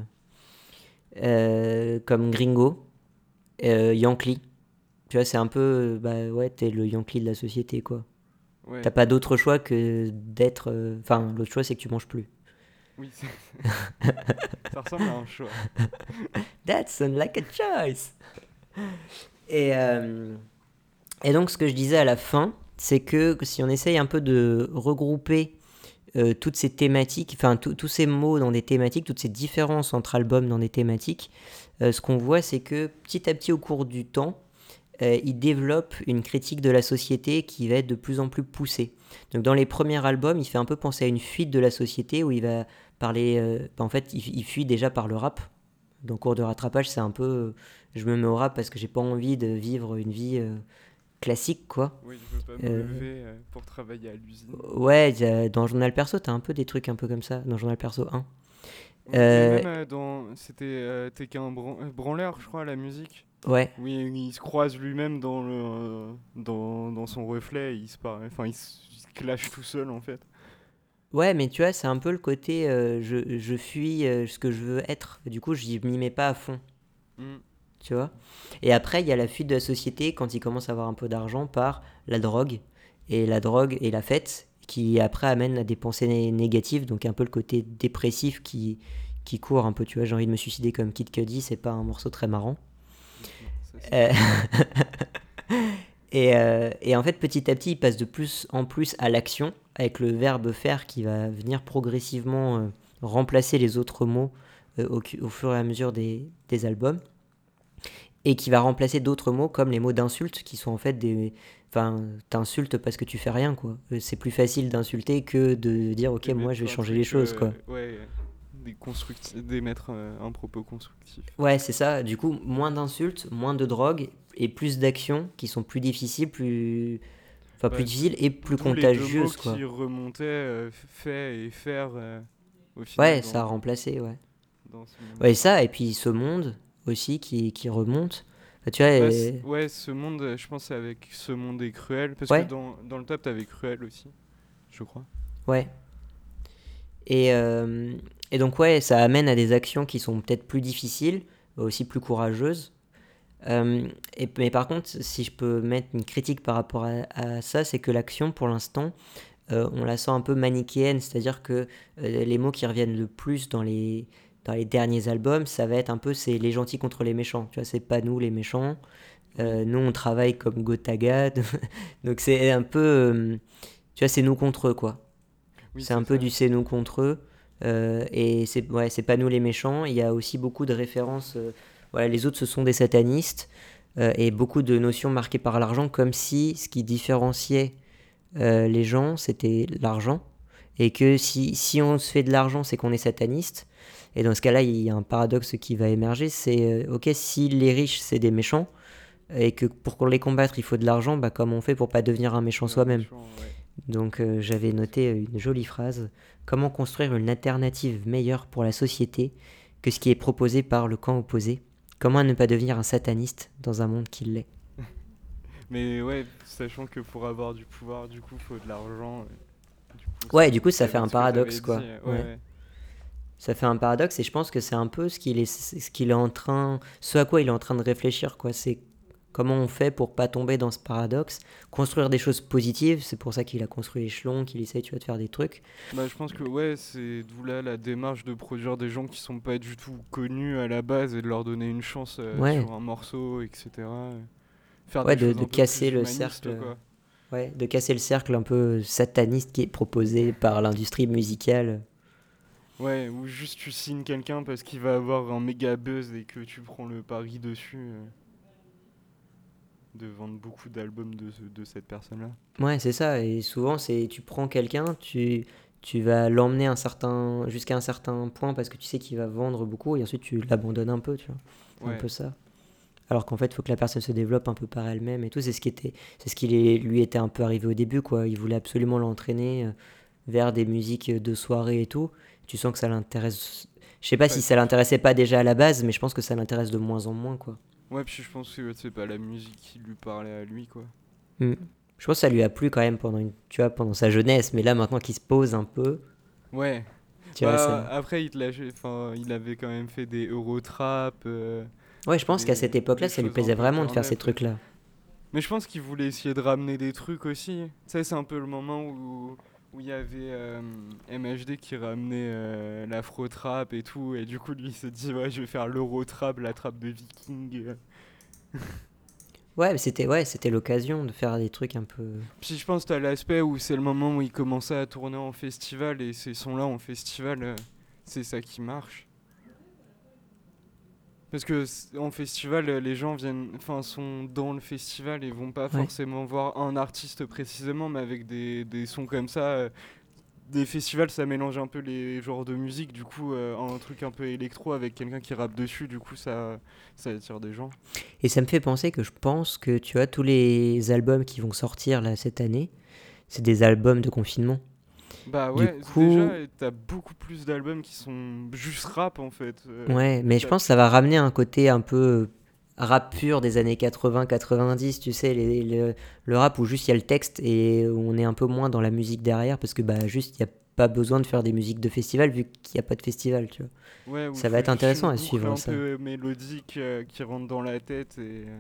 euh, comme gringo, euh, yankee. Tu vois, c'est un peu, euh, bah ouais, t'es le yankee de la société, quoi. T'as Ouais, pas d'autre choix que d'être. euh, Enfin, l'autre choix, c'est que tu manges plus. oui, c'est- ça ressemble à un choix. That sounds like a choice! Et, euh, et donc, ce que je disais à la fin, c'est que si on essaye un peu de regrouper euh, toutes ces thématiques, enfin, tous tous ces mots dans des thématiques, toutes ces différences entre albums dans des thématiques, euh, ce qu'on voit, c'est que petit à petit, au cours du temps, euh, il développe une critique de la société qui va être de plus en plus poussée. Donc dans les premiers albums, il fait un peu penser à une fuite de la société où il va parler... euh, en fait, il, il fuit déjà par le rap. Donc cours de rattrapage, c'est un peu... euh, je me mets au rap parce que j'ai pas envie de vivre une vie euh, classique, quoi. Oui, je veux pas me Euh, lever euh, pour travailler à l'usine. ouais, y a- dans Journal Perso, t'as un peu des trucs un peu comme ça, dans Journal Perso un. Oui, mais Euh, même euh, dans. C'était. Euh, T'es qu'un bran- euh, branleur, je crois, la musique. ouais. Oui, il se croise lui-même dans, le, euh, dans, dans son reflet, et il se paraît. Enfin, il se, il se clash tout seul en fait. Ouais, mais tu vois, c'est un peu le côté euh, je, je fuis euh, ce que je veux être. Du coup, je m'y mets pas à fond. Mm. Tu vois. Et après, il y a la fuite de la société quand il commence à avoir un peu d'argent par la drogue. Et la drogue et la fête, qui après amène à des pensées né- négatives, donc un peu le côté dépressif qui, qui court un peu. Tu vois, j'ai envie de me suicider comme Kid Cudi, c'est pas un morceau très marrant. Non, ça c'est Euh, sûr. et, euh, et en fait, petit à petit, il passe de plus en plus à l'action, avec le verbe faire qui va venir progressivement euh, remplacer les autres mots euh, au, au fur et à mesure des, des albums. Et qui va remplacer d'autres mots comme les mots d'insulte qui sont en fait des. Enfin, t'insultes parce que tu fais rien, quoi. Euh, C'est plus facile d'insulter que de dire, ok, moi je vais D'émettre un changer les truc. choses, quoi. Euh, ouais. Des constructi- d'émettre euh, un propos constructif. Ouais, c'est ça. Du coup, moins d'insultes, moins de drogue et plus d'actions qui sont plus difficiles, plus. Enfin, Bah, plus difficiles et plus d'où les deux mots contagieuses, qui quoi. remontaient, euh, fait et faire, euh, au final, Ouais, ça a dans, remplacé, ouais. dans ce Ouais, monde-là. ça, et puis ce monde aussi qui, qui remonte. Enfin, tu vois, Bah, c- euh, ouais, ce monde, euh, je pense, c'est avec ce monde est cruel. Parce que ouais, dans, dans le top, t'avais cruel aussi, je crois. ouais. Et, euh, et donc, ouais, ça amène à des actions qui sont peut-être plus difficiles, aussi plus courageuses. Euh, et, mais par contre, si je peux mettre une critique par rapport à, à ça, c'est que l'action, pour l'instant, euh, on la sent un peu manichéenne, c'est-à-dire que euh, les mots qui reviennent le plus dans les, dans les derniers albums, ça va être un peu c'est les gentils contre les méchants. Tu vois, c'est pas nous les méchants. Oui, Euh, nous, on travaille comme Gotaga. Donc c'est un peu, euh, tu vois, c'est nous contre eux, quoi. oui, C'est un c'est peu ça. du c'est nous contre eux. Euh, et c'est ouais, c'est pas nous les méchants. Il y a aussi beaucoup de références. Euh, voilà, les autres, ce sont des satanistes. Euh, et beaucoup de notions marquées par l'argent, comme si ce qui différenciait euh, les gens, c'était l'argent. Et que si, si on se fait de l'argent, c'est qu'on est sataniste. Et dans ce cas-là, il y a un paradoxe qui va émerger. C'est, euh, ok, si les riches, c'est des méchants, et que pour les combattre, il faut de l'argent, bah, comment on fait pour pas devenir un méchant Devenir soi-même. méchant, ouais. Donc euh, j'avais noté une jolie phrase. Comment construire une alternative meilleure pour la société que ce qui est proposé par le camp opposé? Comment ne pas devenir un sataniste dans un monde qui l'est? Mais ouais, sachant que pour avoir du pouvoir, du coup, faut de l'argent. euh, Du coup, ça Ouais, du coup reboucle ça fait un avec ce que paradoxe, t'avais dit. quoi. euh, Ouais, Ouais. ouais. Ça fait un paradoxe et je pense que c'est un peu ce qu'il est, ce qu'il est en train, ce à quoi il est en train de réfléchir, quoi. C'est comment on fait pour pas tomber dans ce paradoxe, construire des choses positives. C'est pour ça qu'il a construit l'échelon, qu'il essaye, tu vois, de faire des trucs. Bah, je pense que ouais, c'est d'où là la démarche de produire des gens qui sont pas du tout connus à la base et de leur donner une chance euh, Ouais, sur un morceau, et cetera. faire Ouais, des de, choses de un peu casser plus le humanistes, cercle. quoi. Ouais, de casser le cercle un peu sataniste qui est proposé par l'industrie musicale. Ouais, ou juste tu signes quelqu'un parce qu'il va avoir un méga buzz et que tu prends le pari dessus euh, de vendre beaucoup d'albums de, ce- de cette personne-là. Ouais, c'est ça. Et souvent, c'est tu prends quelqu'un, tu, tu vas l'emmener un certain, jusqu'à un certain point parce que tu sais qu'il va vendre beaucoup et ensuite tu l'abandonnes un peu, tu vois. C'est un Ouais, peu ça. Alors qu'en fait, il faut que la personne se développe un peu par elle-même et tout. C'est ce qui était, c'est ce qui les- lui était un peu arrivé au début, quoi. Il voulait absolument l'entraîner euh, vers des musiques de soirée et tout. Tu sens que ça l'intéresse. Je sais pas pas si ça du tout. l'intéressait pas déjà à la base, mais je pense que ça l'intéresse de moins en moins, quoi. Ouais, puis je pense que c'est pas la musique qui lui parlait à lui, quoi. Hmm. Je pense que ça lui a plu quand même pendant une, tu vois, pendant sa jeunesse, mais là maintenant qu'il se pose un peu, Ouais, tu vois ça. bah après il, te l'a- enfin, il avait quand même fait des Eurotrap, euh, Ouais, je pense qu'à des, cette époque-là, des ça lui choses un plaisait peu vraiment de faire turn ces up, ouais. trucs-là. Mais je pense qu'il voulait essayer de ramener des trucs aussi. Tu sais, c'est un peu le moment où où il y avait euh, M H D qui ramenait euh, l'afro-trap et tout, et du coup lui il s'est dit ouais je vais faire l'euro-trap, la trap de viking. Ouais, mais c'était ouais, c'était l'occasion de faire des trucs un peu. Puis je pense que t'as l'aspect où c'est le moment où il commençait à tourner en festival, et ces sons-là en festival, euh, c'est ça qui marche. Parce que c- en festival, euh, les gens viennent, enfin, sont dans le festival et vont pas Ouais. forcément voir un artiste précisément, mais avec des, des sons comme ça. euh, des festivals, ça mélange un peu les genres de musique. Du coup, euh, un truc un peu électro avec quelqu'un qui rappe dessus, du coup, ça, ça attire des gens. Et ça me fait penser que je pense que tu vois tous les albums qui vont sortir là cette année, c'est des albums de confinement. Bah Du ouais, c'est déjà, coup, euh, t'as beaucoup plus d'albums qui sont juste rap en fait. euh, ouais, mais je t'as pense que ça va ramener un côté un peu euh, rap pur des années quatre-vingts quatre-vingt-dix, tu sais, les- le, le rap où juste il y a le texte et où on est un peu moins dans la musique derrière parce que bah juste il n'y a pas besoin de faire des musiques de festival vu qu'il n'y a pas de festival, tu vois. Ouais, où il Ça va faut être juste intéressant une à boucle suivre un ça. peu mélodique euh, qui rentre dans la tête et euh,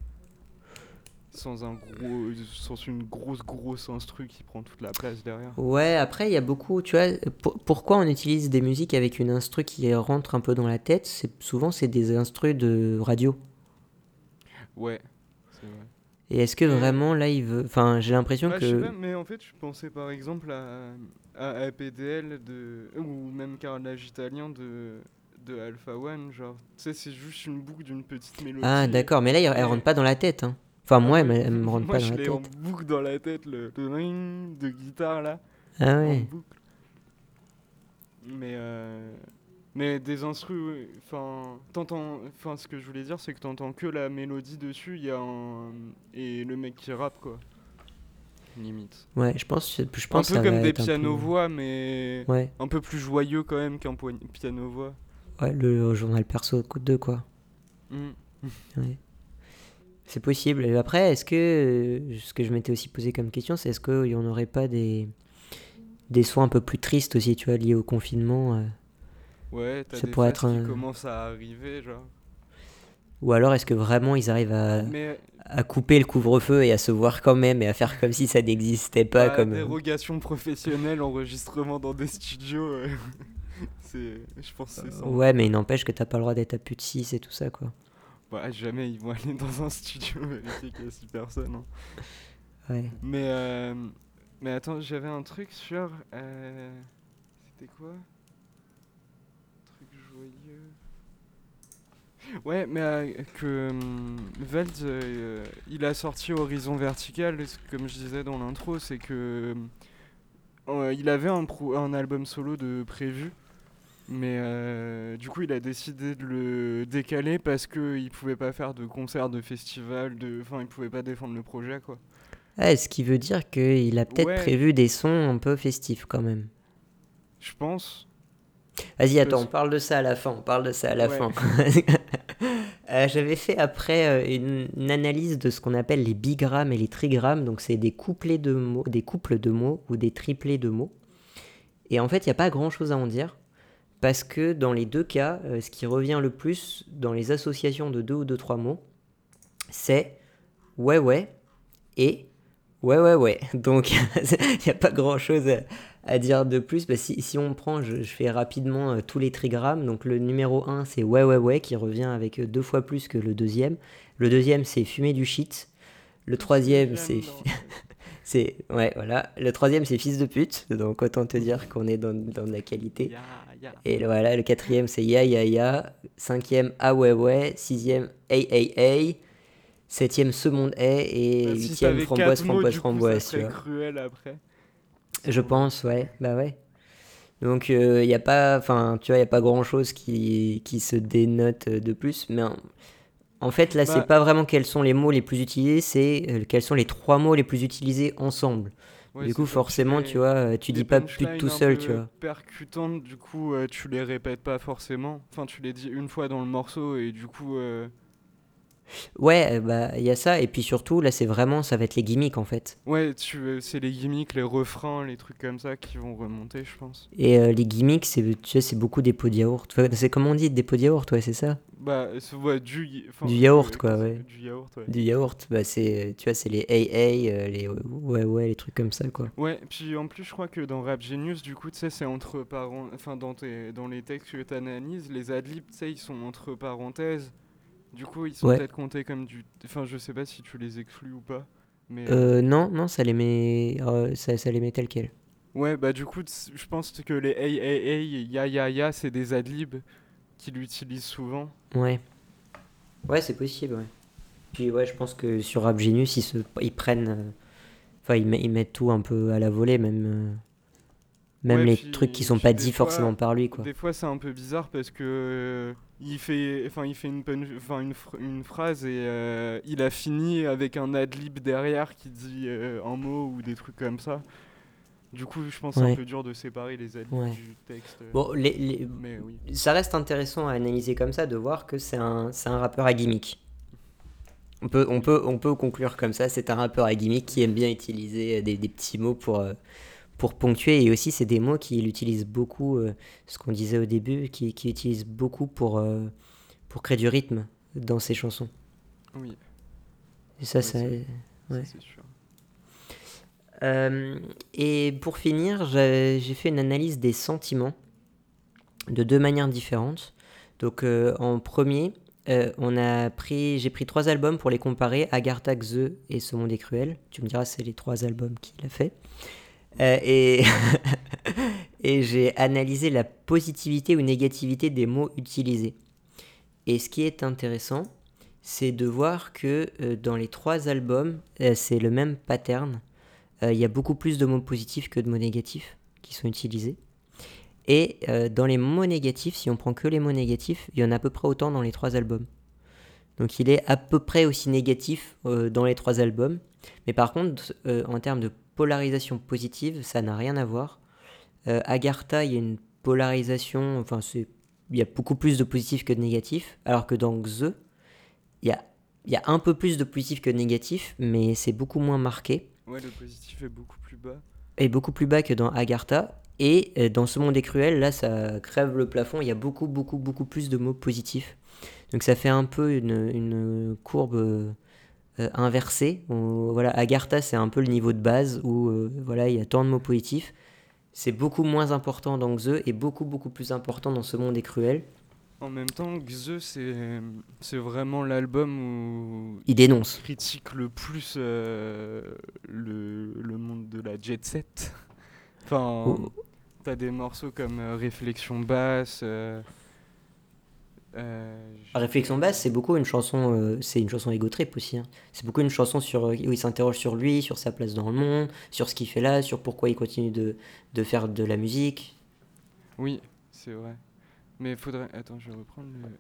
sans un gros, sans une grosse grosse instru qui prend toute la place derrière. Ouais, après il y a beaucoup, tu vois, pour- pourquoi on utilise des musiques avec une instru qui rentre un peu dans la tête, c'est souvent c'est des instrus de radio. Ouais, c'est vrai. Et est-ce que Mais vraiment là il veut, enfin j'ai l'impression bah je sais que pas, mais en fait je pensais par exemple à à A P D L de ou même Carnage Italien de de Alpha One, genre tu sais c'est juste une boucle d'une petite ah mélodie d'accord, mais là elle elle rentre et pas dans la tête, hein. Enfin ah moi elle, moi me- elle me rentre moi pas dans je la l'ai en tête. boucle dans la tête le, le ring de guitare là Ah en ouais. boucle. Mais euh, mais des instrus, ouais, enfin t'entends, enfin ce que je voulais dire c'est que t'entends que la mélodie dessus, il y a un et le mec qui rappe quoi, limite. Ouais, je pense, je Un pense que peu ça comme va des être un peu. pianos-voix, mais Ouais, un peu plus joyeux quand même qu'un poi- piano-voix. ouais, le journal perso coup deux quoi. Mm. Ouais. C'est possible. Et après, est-ce que euh, ce que je m'étais aussi posé comme question, c'est est-ce qu'il y en aurait pas des des sons un peu plus tristes aussi, tu vois, liés au confinement. euh, Ouais, t'as ça des pourrait phases être qui un. commencent à arriver, genre. Ou alors est-ce que vraiment ils arrivent à, Mais, à couper le couvre-feu et à se voir quand même et à faire comme si ça n'existait pas bah, comme. euh, dérogation professionnelle, enregistrement dans des studios, euh, c'est, je pense que c'est ça un Ouais, peu. mais il n'empêche que t'as pas le droit d'être à plus de six et tout ça quoi. Bah, jamais ils vont aller dans un studio vérifier qu'il y a six personnes, hein. Ouais. Mais, euh, mais attends, j'avais un truc sur. euh, C'était quoi? Truc joyeux. Ouais, mais euh, que hum, Veld, euh, il a sorti Horizon Vertical, et c- comme je disais dans l'intro, c'est que hum, euh, il avait un, pro- un album solo de prévu, mais euh, du coup il a décidé de le décaler parce qu'il pouvait pas faire de concert, de festival, de, enfin il pouvait pas défendre le projet quoi. Ah, ce qui veut dire qu'il a peut-être Ouais, prévu des sons un peu festifs quand même. je pense, Vas-y, attends, on parce que parle de ça à la fin, on parle de ça à la ouais, fin. Euh, j'avais fait après euh, une, une analyse de ce qu'on appelle les bigrammes et les trigrammes, donc c'est des couplets de mots, des couples de mots ou des triplés de mots. Et en fait, il n'y a pas grand-chose à en dire, parce que dans les deux cas, euh, ce qui revient le plus dans les associations de deux ou de trois mots, c'est ouais ouais et ouais ouais ouais. Donc il n'y a pas grand-chose à, à dire de plus. Bah, si, si on prend, je, je fais rapidement euh, tous les trigrammes. Donc le numéro un c'est ouais ouais ouais qui revient avec euh, deux fois plus que le deuxième. Le deuxième c'est fumer du shit. Le Tous les troisième, c'est... j'aime dans... c'est ouais, voilà. Le troisième, c'est fils de pute. Donc, autant te dire qu'on est dans, dans de la qualité. Ya, ya. Et le- voilà, le quatrième, c'est ya, ya, ya. Cinquième, ah ouais, ouais. Sixième, hey, hey, hey. Septième, ce monde est. Et Bah, si huitième, t'avais quatre framboise, mots, framboise, du coup, ça framboise, tu serait vois. cruel après. C'est Je drôle. pense, ouais. Bah ouais. Donc, il n'y a pas... Enfin, tu vois, il n'y a pas grand-chose qui, qui se dénote euh, de plus. Mais en, en fait, là, c'est Bah, pas vraiment quels sont les mots les plus utilisés, c'est euh, quels sont les trois mots les plus utilisés ensemble. ouais, Du c'est coup, ça. Puis forcément, tu les, vois, euh, tu les dis pas pute punchlines tout un seul, tu peu vois. percutantes, du coup, euh, tu les répètes pas forcément. Enfin, tu les dis une fois dans le morceau et du coup... euh, Ouais, euh, bah, il y a ça. Et puis surtout, là, c'est vraiment, ça va être les gimmicks, en fait. Ouais, tu, euh, c'est les gimmicks, les refrains, les trucs comme ça qui vont remonter, je pense. Et euh, les gimmicks, c'est, tu sais, c'est beaucoup des pots de yaourt. Enfin, c'est comment on dit, des pots de yaourt, ouais, c'est ça. Bah, c'est ouais, du... y- Enfin, Du ouais, yaourt, quand quoi, c'est ouais. du yaourt, ouais. Du yaourt, bah, c'est, tu vois, c'est les hey hey, euh, les ouais ouais, les trucs comme ça, quoi. Ouais, puis en plus, je crois que dans Rap Genius, du coup, tu sais, c'est entre parenthèses. Enfin, dans, tes, dans les textes que t'analyses, les adlibs, tu sais, ils sont entre parenthèses. Du coup, ils sont Ouais. peut-être comptés comme du. Enfin, je sais pas si tu les exclus ou pas. Mais. euh, Euh, non, non, ça les met, euh, ça, ça les met tel quel. Ouais, bah, du coup, ts- je pense que les hey, hey, hey, ya, ya, ya, c'est des adlibs qu'il utilise souvent. Ouais. Ouais, c'est possible, ouais. Puis ouais, je pense que sur Rap Genius, ils, se, ils prennent. euh, Enfin, ils, met- ils mettent tout un peu à la volée, même, euh, même Ouais, les trucs qui puis, sont puis pas des dits forcément fois, par lui, quoi. des fois c'est un peu bizarre parce que euh, il fait, enfin il fait une, punch- enfin une, phr- une phrase et euh, il a fini avec un adlib derrière qui dit euh, un mot ou des trucs comme ça. Du coup, je pense que c'est un Ouais, peu dur de séparer les adlibs ouais. du texte. euh, Bon, les, les- Mais oui, ça reste intéressant à analyser comme ça, de voir que c'est un, c'est un rappeur à gimmick. On peut, on, oui, peut, on peut conclure comme ça, c'est un rappeur à gimmick qui aime bien utiliser euh, des, des petits mots pour, euh, pour ponctuer. Et aussi, c'est des mots qu'il utilise beaucoup, euh, ce qu'on disait au début, qui, qui utilise beaucoup pour, euh, pour créer du rythme dans ses chansons. oui, Et ça, ouais, ça, ça, ça ouais. c'est sûr. Euh, et pour finir, j'ai j'ai fait une analyse des sentiments de deux manières différentes. Donc euh, en premier, euh, on a pris, j'ai pris trois albums pour les comparer, Agartha, Xe et Ce Monde est Cruel. Tu me diras, c'est les trois albums qu'il a fait. Euh, et et j'ai analysé la positivité ou négativité des mots utilisés. Et ce qui est intéressant, c'est de voir que euh, dans les trois albums, euh, c'est le même pattern. Euh, Il y a beaucoup plus de mots positifs que de mots négatifs qui sont utilisés. Et euh, dans les mots négatifs, si on prend que les mots négatifs, il y en a à peu près autant dans les trois albums. Donc il est à peu près aussi négatif euh, dans les trois albums. Mais par contre, euh, en termes de polarisation positive, ça n'a rien à voir. Euh, Agartha, il y a une polarisation, enfin c'est, il y a beaucoup plus de positifs que de négatifs, alors que dans Xe, il y a, il y a un peu plus de positifs que de négatifs, mais c'est beaucoup moins marqué. Ouais, le positif est beaucoup plus bas. Est beaucoup plus bas que dans Agartha. Et euh, dans Ce Monde est Cruel, là, ça crève le plafond. Il y a beaucoup, beaucoup, beaucoup plus de mots positifs. Donc ça fait un peu une, une courbe euh, inversée. On- voilà, Agartha, c'est un peu le niveau de base où euh, voilà, il y a tant de mots positifs. C'est beaucoup moins important dans Xe et beaucoup, beaucoup plus important dans Ce Monde est Cruel. En même temps, Xe, c'est c'est vraiment l'album où Il il dénonce. critique le plus euh, le, le monde de la jet set. Enfin, Oh, t'as des morceaux comme euh, Réflexion basse. euh, euh, je Réflexion dirais. basse, c'est beaucoup une chanson, euh, c'est une chanson ego trip aussi, hein. C'est beaucoup une chanson sur, euh, où il s'interroge sur lui, sur sa place dans le monde, sur ce qu'il fait là, sur pourquoi il continue de, de faire de la musique. Oui, c'est vrai. Mais faudrait. Attends, je vais reprendre le,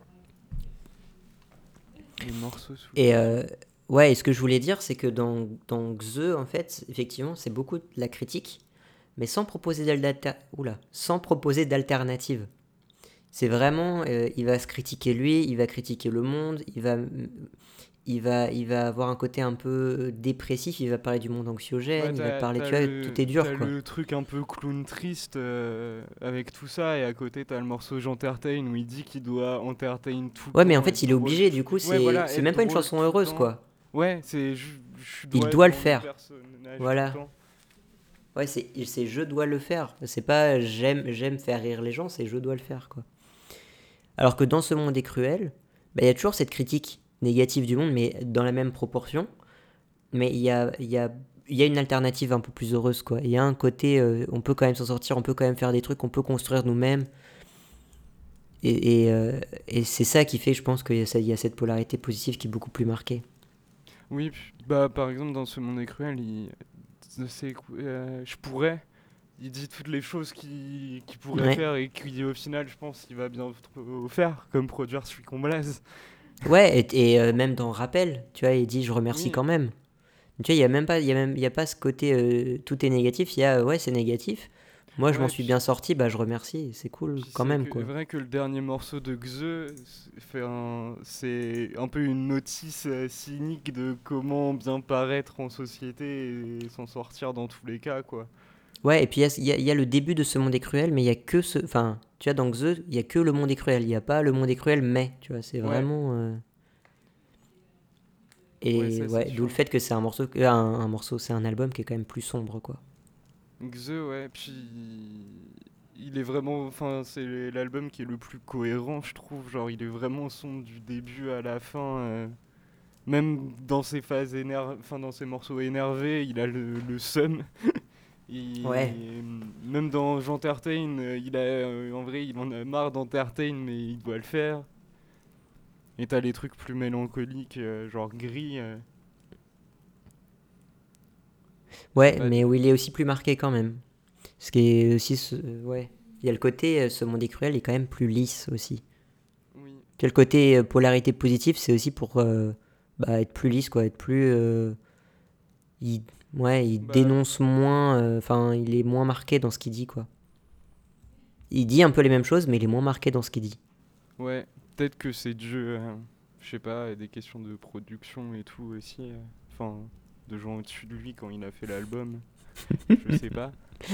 les morceaux sous Et les yeux. euh, ouais, et ce que je voulais dire, c'est que dans, dans Xe, en fait, effectivement, c'est beaucoup de la critique, mais sans proposer d'alter... Oula, sans proposer d'alternative. C'est vraiment, euh, il va se critiquer lui, il va critiquer le monde, il va, il va, il va avoir un côté un peu dépressif, il va parler du monde Ouais, anxiogène, il va t'as, parler, t'as tu vois, tout le, est t'as dur, quoi. le truc un peu clown triste euh, avec tout ça, et à côté t'as le morceau J'entertain où il dit qu'il doit entertain tout le Ouais, mais en temps, fait, être il est drôle obligé, tout... du coup, Ouais, c'est, voilà, c'est être même pas une drôle chanson tout le heureuse, temps. quoi. Ouais, c'est je, je Il dois être doit le dans le faire. personnage tout le Voilà. temps. Ouais, c'est, c'est je dois le faire. C'est pas j'aime, j'aime faire rire les gens, c'est je dois le faire, quoi. Alors que dans Ce Monde est Cruel, bah, il y a toujours cette critique négative du monde, mais dans la même proportion. mais il y a, il y a, il y a une alternative un peu plus heureuse, quoi. Il y a un côté, euh, on peut quand même s'en sortir, on peut quand même faire des trucs, on peut construire nous-mêmes. Et, et, euh, et c'est ça qui fait, je pense, qu'il y a, ça- il y a cette polarité positive qui est beaucoup plus marquée. Oui, puis, bah, par exemple, dans Ce Monde est cruel, il, c'est, euh, je pourrais, il dit toutes les choses qu'il qu'il pourrait Ouais. faire et qu'au final, je pense qu'il va bien faire, comme produire celui qu'on blase. Ouais, et, et, euh, même dans Rappel, tu vois, il dit je remercie Oui, quand même. Tu vois, il y a même pas, il y a même, il y a pas ce côté euh, tout est négatif. Il y a ouais, c'est négatif. Moi, je m'en ouais, suis bien puis, sorti, bah je remercie. C'est cool puis quand c'est même, que- quoi. vrai que le dernier morceau de Xe c'est fait un- c'est un peu une notice euh, cynique de comment bien paraître en société et s'en sortir dans tous les cas, quoi. Ouais, et puis il y a, il y a- il y a le début de ce monde est cruel, mais il y a que ce, enfin, tu vois, dans Xe, il y a que le monde est cruel. Il y a pas le monde est cruel, mais tu vois, c'est Ouais, vraiment. euh, ouais, Et ça c'est ouais, d'où le sûr. fait que c'est un morceau, euh, un, un morceau, c'est un album qui est quand même plus sombre, quoi. Xe, ouais, puis il est vraiment, enfin, c'est l'album qui est le plus cohérent, je trouve. Genre, il est vraiment sombre du début à la fin. euh, Même dans ses phases énervées, enfin, dans ses morceaux énervés, il a le, le seum. Ouais, Et même dans J'entertain, euh, il a, euh, en vrai, il en a marre d'entertain, mais il doit le faire. Et t'as les trucs plus mélancoliques, euh, genre gris. euh, je sais ouais, pas. mais où il est aussi plus marqué quand même. Ce qui est aussi, ce- euh, ouais, il y a le côté, euh, ce monde est cruel est quand même plus lisse aussi. Oui. Puis le côté euh, polarité positive, c'est aussi pour euh, bah, être plus lisse, quoi, être plus, euh, il, ouais, il Bah, dénonce moins, euh, enfin, il est moins marqué dans ce qu'il dit, quoi. Il dit un peu les mêmes choses, mais il est moins marqué dans ce qu'il dit. ouais. Peut-être que c'est dû, euh, je sais pas, à des questions de production et tout aussi. euh, Enfin, de gens au-dessus de lui quand il a fait l'album. Je sais pas.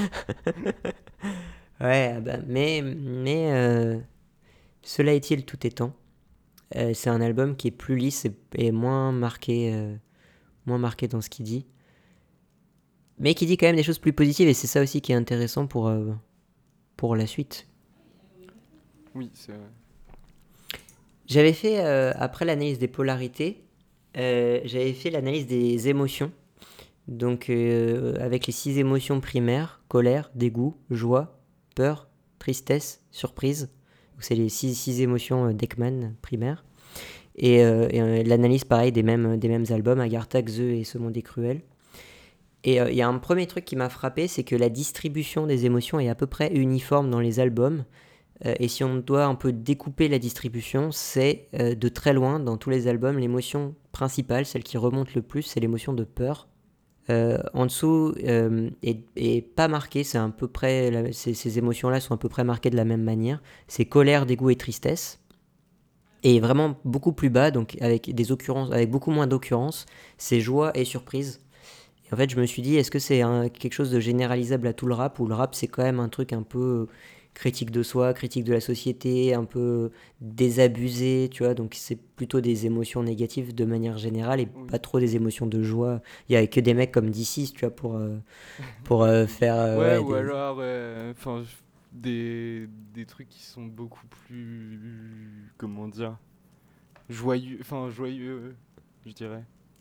Ouais, ah bah, mais, mais euh, cela est-il tout étant, euh, c'est un album qui est plus lisse et, et moins marqué, euh, moins marqué dans ce qu'il dit, mais qui dit quand même des choses plus positives et c'est ça aussi qui est intéressant pour, euh, pour la suite. Oui, c'est vrai. J'avais fait, euh, après l'analyse des polarités, euh, j'avais fait l'analyse des émotions. Donc, euh, avec les six émotions primaires, colère, dégoût, joie, peur, tristesse, surprise. Donc, c'est les six, six émotions euh, d'Ekman primaires. Et, euh, et, euh, l'analyse, pareil, des mêmes, des mêmes albums, Agartha, Xe et Ce Monde est cruel. Et euh, il y a un premier truc qui m'a frappé, c'est que la distribution des émotions est à peu près uniforme dans les albums. Euh, et si on doit un peu découper la distribution, c'est euh, de très loin, dans tous les albums, l'émotion principale, celle qui remonte le plus, c'est l'émotion de peur. Euh, en dessous, euh, est, est pas marquée, c'est à peu près, la- ces, ces émotions-là sont à peu près marquées de la même manière. C'est colère, dégoût et tristesse. Et vraiment beaucoup plus bas, donc avec des occurrences, avec beaucoup moins d'occurrences, c'est joie et surprise. Et en fait, je me suis dit, est-ce que c'est un- quelque chose de généralisable à tout le rap, ou le rap c'est quand même un truc un peu critique de soi, critique de la société, un peu désabusé, tu vois, donc c'est plutôt des émotions négatives de manière générale et pas Oui. trop des émotions de joie. Il y a que des mecs comme D six, tu vois, pour, euh, pour euh, faire, euh, Ouais, ouais, ou des... alors, euh, enfin, des, des trucs qui sont beaucoup plus, comment dire, joyeux, enfin, joyeux, je dirais.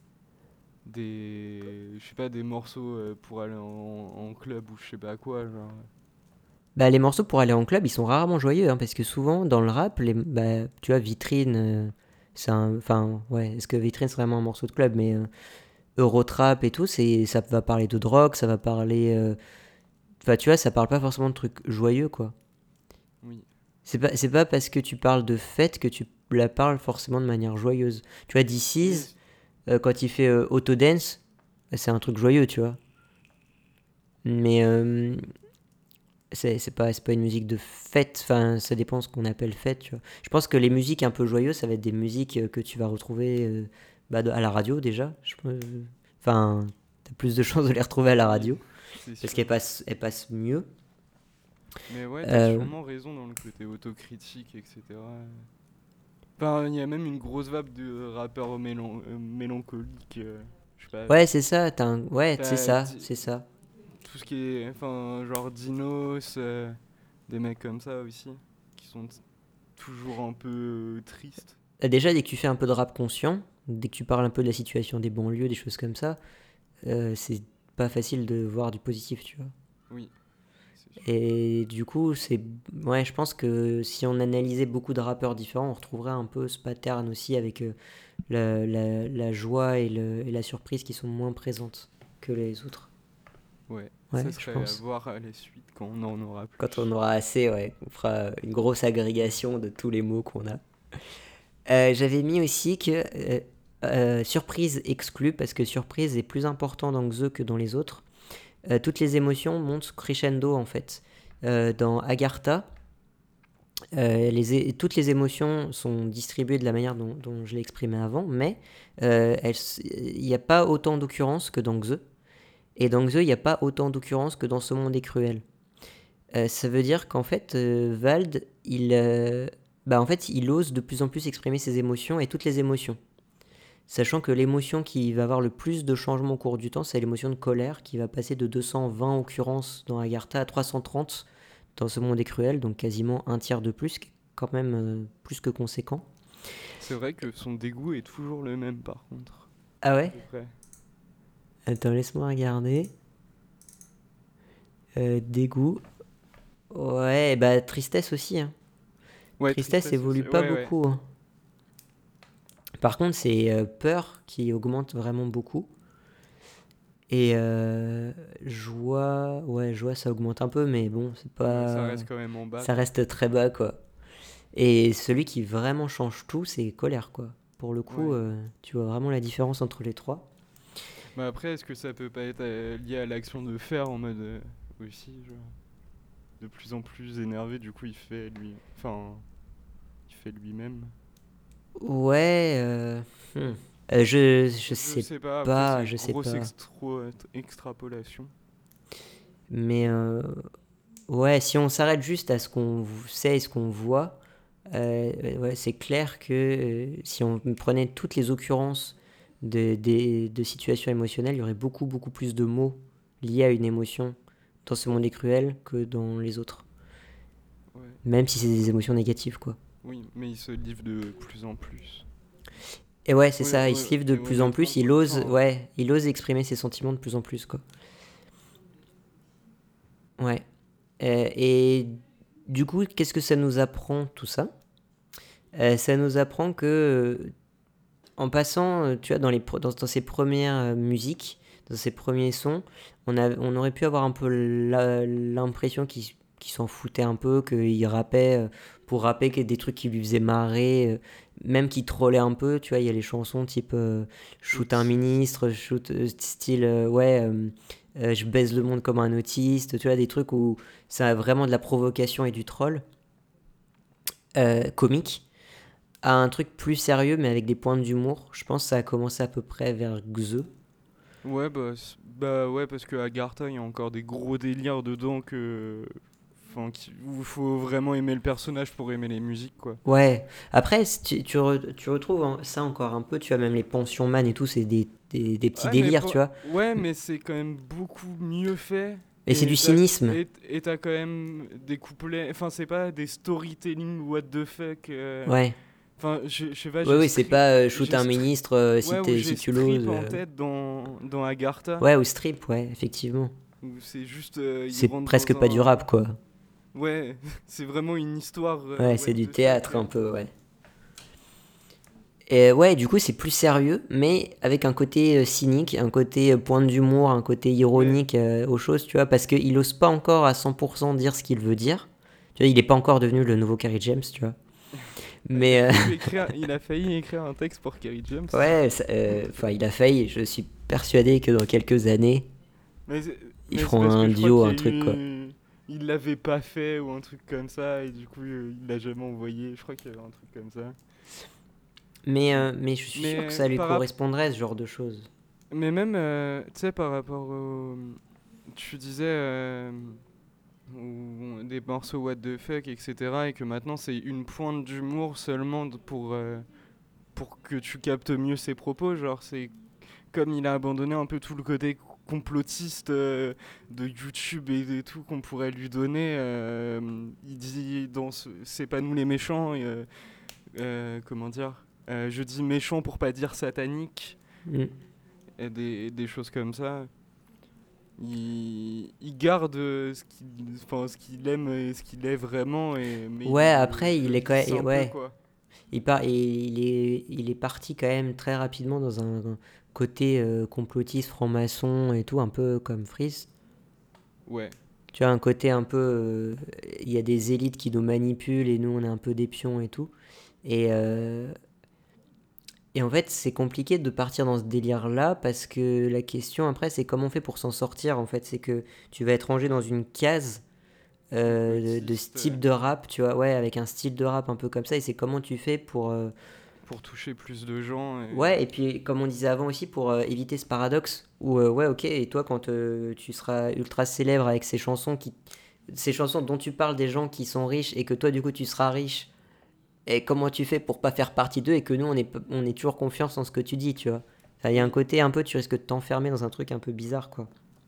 Des, je sais pas, des morceaux euh, pour aller en, en club ou je sais pas quoi, genre. Bah, les morceaux pour aller en club, ils sont rarement joyeux, hein, parce que souvent, dans le rap, les, bah, tu vois, Vitrine, euh, c'est un... Enfin, ouais, est-ce que Vitrine c'est vraiment un morceau de club, mais... euh, Eurotrap et tout, c'est, ça va parler de drogue, ça va parler... euh, Enfin, tu vois, ça parle pas forcément de trucs joyeux, quoi. Oui. C'est pas, c'est pas parce que tu parles de fête que tu la parles forcément de manière joyeuse. Tu vois, D Oui, six, euh, quand il fait euh, Autodance, bah, c'est un truc joyeux, tu vois. Mais euh, c'est, c'est pas, c'est pas une musique de fête, enfin, ça dépend ce qu'on appelle fête, tu vois. Je pense que les musiques un peu joyeuses, ça va être des musiques euh, que tu vas retrouver euh, bah, de- à la radio, déjà. Je peux- Enfin, t'as plus de chances de les retrouver à la oui, radio, c'est parce sûr. qu'elles passent, elles passent mieux. Mais ouais, t'as Euh, sûrement raison dans le côté autocritique, et cetera. Enfin, il y a même une grosse vague de rappeurs mélan- euh, mélancoliques. euh, je sais pas. Ouais, c'est ça, t'as un- ouais, c'est T'as ça, Di- c'est ça. tout ce qui est, enfin, genre Dinos, euh, des mecs comme ça aussi, qui sont t- toujours un peu euh, tristes. Euh, Déjà, dès que tu fais un peu de rap conscient, Dès que tu parles un peu de la situation des banlieues, des choses comme ça, euh, c'est pas facile de voir du positif, tu vois. Oui, c'est sûr. Et du coup, c'est, ouais, je pense que si on analysait beaucoup de rappeurs différents, on retrouverait un peu ce pattern aussi avec euh, la, la, la joie et, le, et la surprise qui sont moins présentes que les autres. Ouais, ça Ouais, je serait à pense. voir à la suite quand on en aura Quand on plus. aura assez, ouais, on fera une grosse agrégation de tous les mots qu'on a. Euh, j'avais mis aussi que euh, euh, surprise exclue, parce que surprise est plus important dans Xe que dans les autres. Euh, toutes les émotions montent crescendo en fait. Euh, dans Agartha, euh, les é- toutes les émotions sont distribuées de la manière dont, dont je l'ai exprimé avant, mais euh, elles s- il n'y a pas autant d'occurrences que dans Xe. Et dans Xe, il n'y a pas autant d'occurrences que dans Ce monde est cruel. Euh, ça veut dire qu'en fait, euh, Vald, il, euh, bah, en fait, il ose de plus en plus exprimer ses émotions et toutes les émotions. Sachant que l'émotion qui va avoir le plus de changements au cours du temps, c'est l'émotion de colère qui va passer de deux cent vingt occurrences dans Agartha à trois cent trente dans Ce monde est cruel, donc quasiment un tiers de plus, qui est quand même euh, plus que conséquent. C'est vrai que son dégoût est toujours le même par contre, Ah à ouais. peu près. Attends, laisse-moi regarder. Euh, dégoût. Ouais, bah tristesse aussi. Hein. Ouais, Tristesse tristesse évolue aussi. pas Ouais, ouais. beaucoup. Hein. Par contre, c'est euh, peur qui augmente vraiment beaucoup. Et euh, joie, ouais, joie, ça augmente un peu, mais bon, c'est Ouais, ça pas. reste quand même en bas, Ça quoi. reste très bas, quoi. Et celui qui vraiment change tout, c'est colère, quoi. Pour le coup, Ouais. euh, tu vois vraiment la différence entre les trois. Mais après, est-ce que ça peut pas être euh, lié à l'action de faire en mode euh, aussi, genre, de plus en plus énervé, du coup il fait lui, enfin, il fait lui-même. Ouais, euh, hmm. Euh, je, je Je sais sais pas. Après, pas, c'est je sais grosse pas. extro- extrapolation. Mais euh, ouais, si on s'arrête juste à ce qu'on sait et ce qu'on voit, euh, ouais, c'est clair que euh, si on prenait toutes les occurrences de, des- de situations émotionnelles, il y aurait beaucoup, beaucoup plus de mots liés à une émotion dans Ce monde est cruel que dans les autres. Ouais. Même si c'est des émotions négatives, quoi. Oui, mais il se livre de plus en plus. Et ouais, c'est Ouais, ça, il ouais, se livre de et plus en honnêtement, plus, il quoi. ose, Enfin, ouais, il ose exprimer ses sentiments de plus en plus, quoi. Ouais. Euh, et du coup, qu'est-ce que ça nous apprend tout ça? Euh, Ça nous apprend que euh, en passant, euh, tu vois, dans, les, dans, dans ses premières euh, musiques, dans ses premiers sons, on, a, on aurait pu avoir un peu la- l'impression qu'il qu'il s'en foutait un peu, qu'il rappait euh, pour rapper que des trucs qui lui faisaient marrer, euh, même qu'il trollait un peu, tu vois, il y a les chansons type euh, Shoot un autiste. ministre, shoot, euh, style, euh, ouais, euh, euh, je baise le monde comme un autiste, tu vois, des trucs où ça a vraiment de la provocation et du troll euh, comique à un truc plus sérieux mais avec des pointes d'humour. Je pense que ça a commencé à peu près vers Xe. Ouais, bah, c- bah ouais, parce que Agartha, il y a encore des gros délires dedans que. Enfin, qui- où il faut vraiment aimer le personnage pour aimer les musiques, quoi. Ouais, après si tu, tu, re- tu retrouves hein, ça encore un peu, tu as même les pensions man et tout, c'est des, des, des petits Ouais, mais, délires, tu pas- vois. ouais, mais c'est quand même beaucoup mieux fait. Et c'est du Et t'as, cynisme. et, et t'as quand même des couplets. Enfin, c'est pas des storytelling what the fuck. euh, Ouais. Enfin, je je sais pas, Ouais, j'ai oui, c'est strip. pas euh, shoot J'ai un stri- ministre euh, si, Ouais, ou t'es- j'ai si tu l'oses. strip en euh. tête dans, dans Agartha. Ouais, ou strip, ouais, effectivement. Où c'est juste. Euh, il C'est rentre presque dans pas du un. rap, quoi. Ouais, c'est vraiment une histoire euh, Ouais, what c'est du the fuck. théâtre euh. un peu, ouais. Et ouais, du coup, c'est plus sérieux, mais avec un côté euh, cynique, un côté euh, pointe d'humour, un côté Mais ironique euh, aux choses, tu vois, parce qu'il ose pas encore à cent pour cent dire ce qu'il veut dire. Tu vois, il est pas encore devenu le nouveau Kerry James, tu vois. bah, il a Mais euh, failli écrire, il a failli écrire un texte pour Kerry James. ouais, ça- euh, enfin, il a failli. Je suis persuadé que dans quelques années, Mais c'est, ils mais c'est feront parce un que je crois duo, qu'il y un a truc, quoi. eu. Il l'avait pas fait ou un truc comme ça, et du coup, euh, il l'a jamais envoyé. Je crois qu'il y avait un truc comme ça. Mais, euh, mais je suis sûr que Mais, ça lui par rap- correspondrait, ce genre de choses. mais même, euh, tu sais, par rapport au. Tu disais. Euh, ou- des morceaux what the fuck, et cetera. Et que maintenant, c'est une pointe d'humour seulement de- pour. euh, pour que tu captes mieux ses propos. Genre, c'est comme il a abandonné un peu tout le côté complotiste euh, de YouTube et, et tout qu'on pourrait lui donner. Euh, il dit dans ce- c'est pas nous les méchants. Et, euh, euh, comment dire Euh, je dis méchant pour pas dire satanique, Mm. et des, des choses comme ça. Il, il garde euh, ce qu'il enfin, ce qu'il aime et ce qu'il est vraiment, et, mais il Ouais, le, après, il le il est quand lisse même. un peu, Ouais. quoi. Il, part, il, il est, il est parti quand même très rapidement dans un, un côté euh, complotiste, franc-maçon et tout, un peu comme Freeze. Ouais, Tu as un côté un peu. euh, Il y a des élites qui nous manipulent et nous, on est un peu des pions et tout. Et, euh, et en fait, c'est compliqué de partir dans ce délire-là parce que la question après, c'est comment on fait pour s'en sortir. En fait, c'est que tu vas être rangé dans une case euh, de, de ce complotiste, type euh, de rap, tu vois, ouais, avec un style de rap un peu comme ça. Et c'est comment tu fais pour. euh, pour toucher plus de gens. Et... Ouais, et puis comme on disait avant aussi, pour euh, éviter ce paradoxe où, euh, ouais, ok, et toi, quand euh, tu seras ultra célèbre avec ces chansons, qui, ces chansons dont tu parles des gens qui sont riches et que toi, du coup, tu seras riche, et comment tu fais pour pas faire partie d'eux et que nous, on est, on est toujours confiance en ce que tu dis, tu vois. Enfin, il y a un Oui, côté un peu, tu risques de t'enfermer dans un truc un peu bizarre, quoi.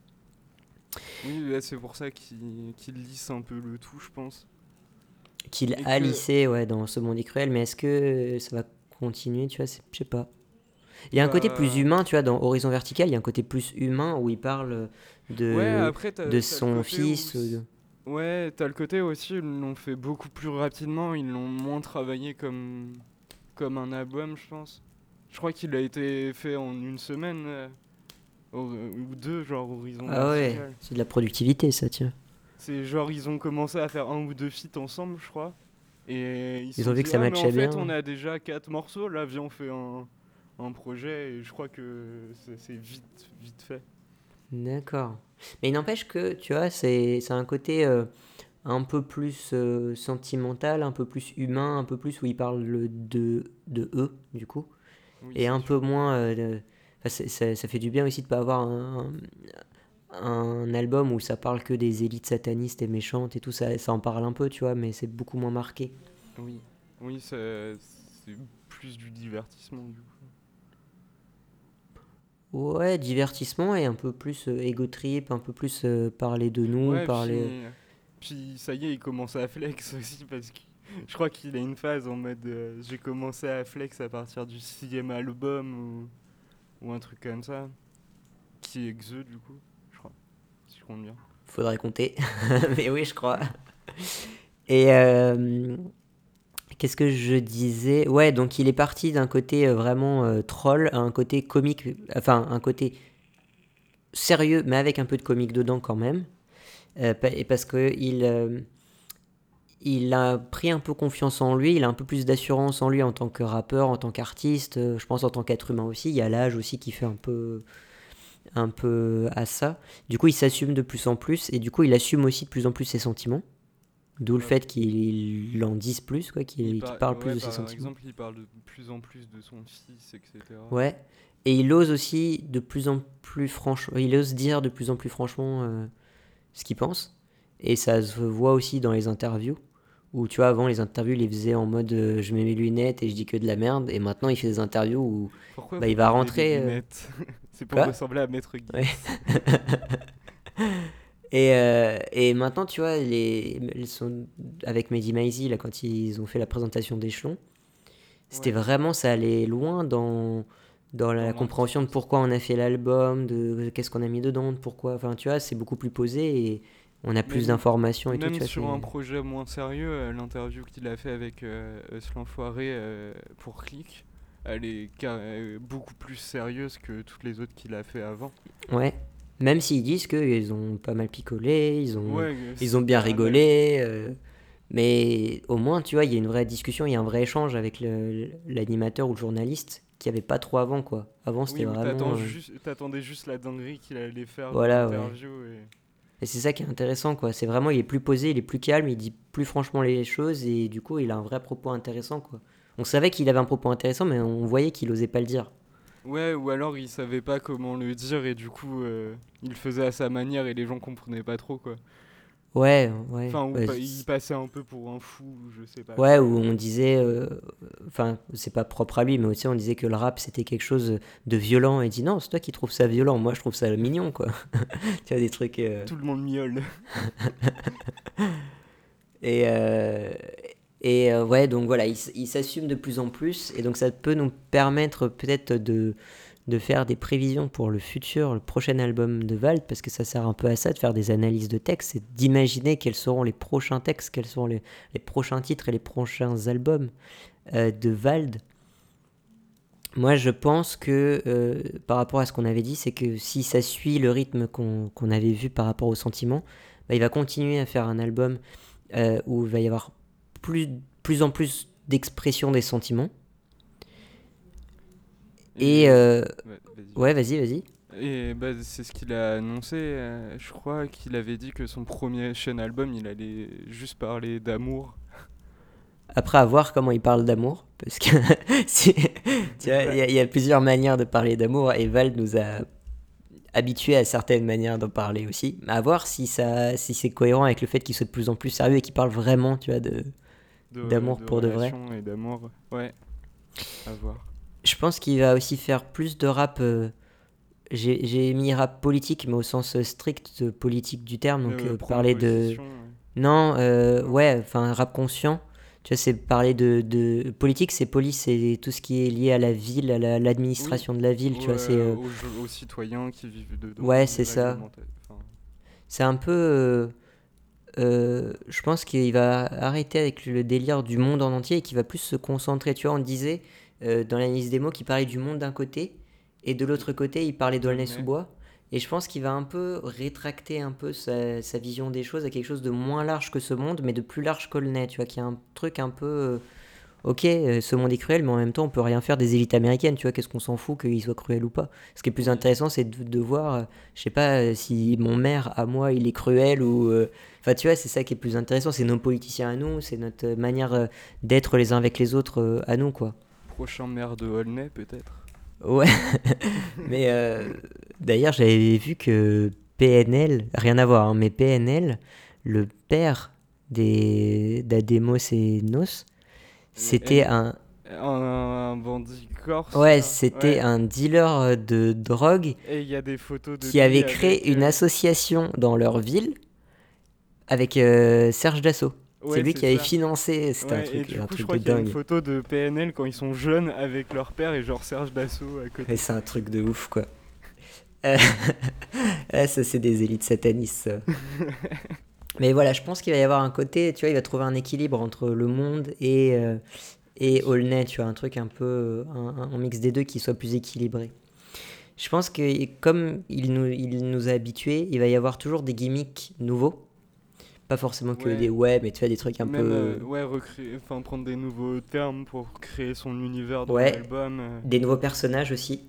oui, là, c'est pour ça qu'il qu'il lisse un peu le tout, je pense. Qu'il Et a que, lissé, ouais, dans ce monde est cruel, mais est-ce que ça va continuer, tu vois, c'est- je sais pas. Il y a un côté plus bah, humain, tu vois, dans Horizon Vertical, il y a un côté plus humain où il parle ouais, de, après, de t'as, t'as le son côté où... fils. ou de- s- Ouais, t'as le côté aussi, ils l'ont fait beaucoup plus rapidement, ils l'ont moins travaillé comme, comme un album, je pense. Je crois qu'il a été fait en une semaine, euh, ou ou deux, genre Horizon Ah ouais, Vertical. c'est de la productivité, ça, tiens. C'est genre, ils ont commencé à faire un ou deux feats ensemble, je crois. Et ils se Ils sont ont vu que dit, ça ah, mais en matchait fait, on bien. a déjà quatre morceaux, là, viens, on fait un, un projet, et je crois que c'est c'est vite, vite fait. D'accord. Mais il n'empêche que, tu vois, c'est c'est un côté euh, un peu plus euh, sentimental, un peu plus humain, un peu plus où il parle le- de, de eux, du coup. Oui, Et c'est un peu sûr. moins. euh, de- enfin, c'est- ça, ça fait du bien aussi de pas avoir un, un album où ça parle que des élites satanistes et méchantes et tout. Ça, ça en parle un peu, tu vois, mais c'est beaucoup moins marqué. Oui, oui, c'est c'est plus du divertissement, du coup. Ouais, divertissement et un peu plus euh, ego trip, un peu plus euh, parler de nous, Ouais, parler. puis, puis ça y est, il commence à flex aussi, parce que je crois qu'il a une phase en mode euh, j'ai commencé à flex à partir du sixième album, ou, ou un truc comme ça, qui est Xe, du coup, je crois, si je compte bien. Faudrait compter. Mais oui, je crois. Et euh, qu'est-ce que je disais? Ouais, donc il est parti d'un côté euh, vraiment euh, troll à un côté comique, enfin un côté sérieux, mais avec un peu de comique dedans quand même. Euh, pa- et parce que il, euh, il a pris un peu confiance en lui, il a un peu plus d'assurance en lui en tant que rappeur, en tant qu'artiste, euh, je pense en tant qu'être humain aussi. Il y a l'âge aussi qui fait un peu, un peu à ça. Du coup, il s'assume de plus en plus et du coup, il assume aussi de plus en plus ses sentiments. D'où le Bah, fait qu'il en dise plus, quoi, il qu'il qu'il par... parle plus Ouais, de ses par sentiments. exemple, il parle de plus en plus de son fils, et cetera. Ouais. Et il ose aussi de plus en plus franchement, il ose dire de plus en plus franchement euh, ce qu'il pense. Et ça se voit aussi dans les interviews. Où tu vois, avant les interviews, il les faisait en mode euh, je mets mes lunettes et je dis que de la merde. Et maintenant, il fait des interviews où Pourquoi bah, vous il va parlez des rentrer. euh, lunettes? C'est pour Quoi? ressembler à Maître Ouais. Gims. Et, euh, et maintenant, tu vois, les, ils sont, avec Mehdi Maizi, là, quand ils ont fait la présentation d'Échelon, c'était Ouais, vraiment, ça allait loin dans, dans dans la compréhension de l'intelligence. pourquoi on a fait l'album, de qu'est-ce qu'on a mis dedans, de pourquoi. Enfin, tu vois, c'est beaucoup plus posé et on a plus Même, d'informations et tout, tu même vois. sur un C'est... projet moins sérieux, euh, l'interview qu'il a fait avec euh, Eus l'Enfoiré euh, pour Click, elle est car- euh, beaucoup plus sérieuse que toutes les autres qu'il a fait avant. Ouais. Même s'ils disent qu'ils ont pas mal picolé, ils ont, Ouais, euh, ils ont c'était bien un al- rigolé. euh, mais au moins, tu vois, il y a une vraie discussion, il y a un vrai échange avec le- l'animateur ou le journaliste qu'il n'y avait pas trop avant, quoi. Avant, c'était Oui, où t'attends vraiment. euh, juste, t'attendais juste la dinguerie qu'il allait faire dans voilà, ouais. l'interview. Et... Et c'est ça qui est intéressant, quoi. C'est vraiment, il est plus posé, il est plus calme, il dit plus franchement les choses et du coup, il a un vrai propos intéressant, quoi. On savait qu'il avait un propos intéressant, mais on voyait qu'il osait pas le dire. Ouais, ou alors il savait pas comment le dire et du coup euh, il le faisait à sa manière et les gens comprenaient pas trop, quoi. Ouais, ouais. Enfin, ou Ouais, pa- il c- passait un peu pour un fou, ou je sais pas ouais, quoi. où on disait, euh, enfin, c'est pas propre à lui, mais aussi on disait que le rap c'était quelque chose de violent. Et il dit non, c'est toi qui trouves ça violent, moi je trouve ça mignon, quoi. Tu vois, des trucs. euh, Tout le monde miaule. Et, euh, Et euh, ouais, donc voilà, il, s- il s'assume de plus en plus. Et donc ça peut nous permettre peut-être de, de faire des prévisions pour le futur, le prochain album de Vald, parce que ça sert un peu à ça, de faire des analyses de textes et d'imaginer quels seront les prochains textes, quels seront les, les prochains titres et les prochains albums euh, de Vald. Moi, je pense que euh, par rapport à ce qu'on avait dit, c'est que si ça suit le rythme qu'on qu'on avait vu par rapport au sentiment, bah, il va continuer à faire un album euh, où il va y avoir plus, plus en plus d'expression des sentiments. Et Et euh, ouais, vas-y, ouais, vas-y. vas-y, vas-y. Et bah, c'est ce qu'il a annoncé. Euh, je crois qu'il avait dit que son premier chaîne album, il allait juste parler d'amour. Après, à voir comment il parle d'amour, parce que si- tu vois, il y, a- il y a plusieurs manières de parler d'amour, et Val nous a habitués à certaines manières d'en parler aussi. Mais à voir si ça, si c'est cohérent avec le fait qu'il soit de plus en plus sérieux et qu'il parle vraiment, tu vois, de de, d'amour de pour de vrai. relations et d'amour. Ouais, à voir. Je pense qu'il va aussi faire plus de rap. euh, j'ai, j'ai mis rap politique, mais au sens strict de politique du terme, donc Euh, euh, prendre parler de. position. Ouais. Non, euh, Non. ouais, enfin, rap conscient. Tu vois, c'est parler de, de politique, c'est police, c'est tout ce qui est lié à la ville, à la- Oui, l'administration de la ville, tu aux, vois, c'est. euh, euh, aux, jeux- aux citoyens qui vivent dedans, ouais, les c'est ça. réglementations. Enfin, C'est un peu. euh, euh, je pense qu'il va arrêter avec le délire du monde en entier et qu'il va plus se concentrer. Tu vois, on disait euh, dans la liste des mots qu'il parlait du monde d'un côté et de et l'autre côté, il parlait d'Aulnay. d'Aulnay-sous-Bois. Et je pense qu'il va un peu rétracter un peu sa, sa vision des choses à quelque chose de moins large que ce monde, mais de plus large qu'Aulnay. Tu vois, qu'il y a un truc un peu. euh, ok, euh, ce monde est cruel, mais en même temps, on peut rien faire des élites américaines, tu vois, qu'est-ce qu'on s'en fout qu'ils soient cruels ou pas. Ce qui est plus Oui. intéressant, c'est de, de voir, euh, je sais pas, euh, si mon maire, à moi, il est cruel ou... euh, Enfin, tu vois, c'est ça qui est plus intéressant, c'est nos politiciens à nous, c'est notre euh, manière euh, d'être les uns avec les autres euh, à nous, quoi. Prochain maire de Aulnay, peut-être. Ouais, mais euh, d'ailleurs, j'avais vu que P N L, rien à voir, hein, mais P N L, le père des d'Ademos et Nos, Et c'était N- un, un, un bandit corse, ouais, là. c'était Ouais. un dealer euh, de drogue Et il y a des photos de qui lui avait créé avec. une euh, association dans leur ville avec euh, Serge Dassault. C'est Ouais, lui c'est qui avait ça. financé, c'était un Ouais, et truc, du un coup, je truc crois de qu'il y a une dingue. photo de P N L quand ils sont jeunes avec leur père et genre Serge Dassault à Mais côté. c'est un truc de ouf, quoi. Euh, ah, ça, c'est des élites satanistes, ça. Mais voilà, je pense qu'il va y avoir un côté, tu vois, il va trouver un équilibre entre le monde et, euh, et Aulnay, tu vois, un truc un peu, un, un mix des deux qui soit plus équilibré. Je pense que comme il nous, il nous a habitués, il va y avoir toujours des gimmicks nouveaux. Pas forcément que des Ouais, ouais, mais tu vois, des trucs un même peu... euh, ouais, recréer, enfin prendre des nouveaux termes pour créer son univers dans Ouais, l'album, euh, des nouveaux personnages aussi.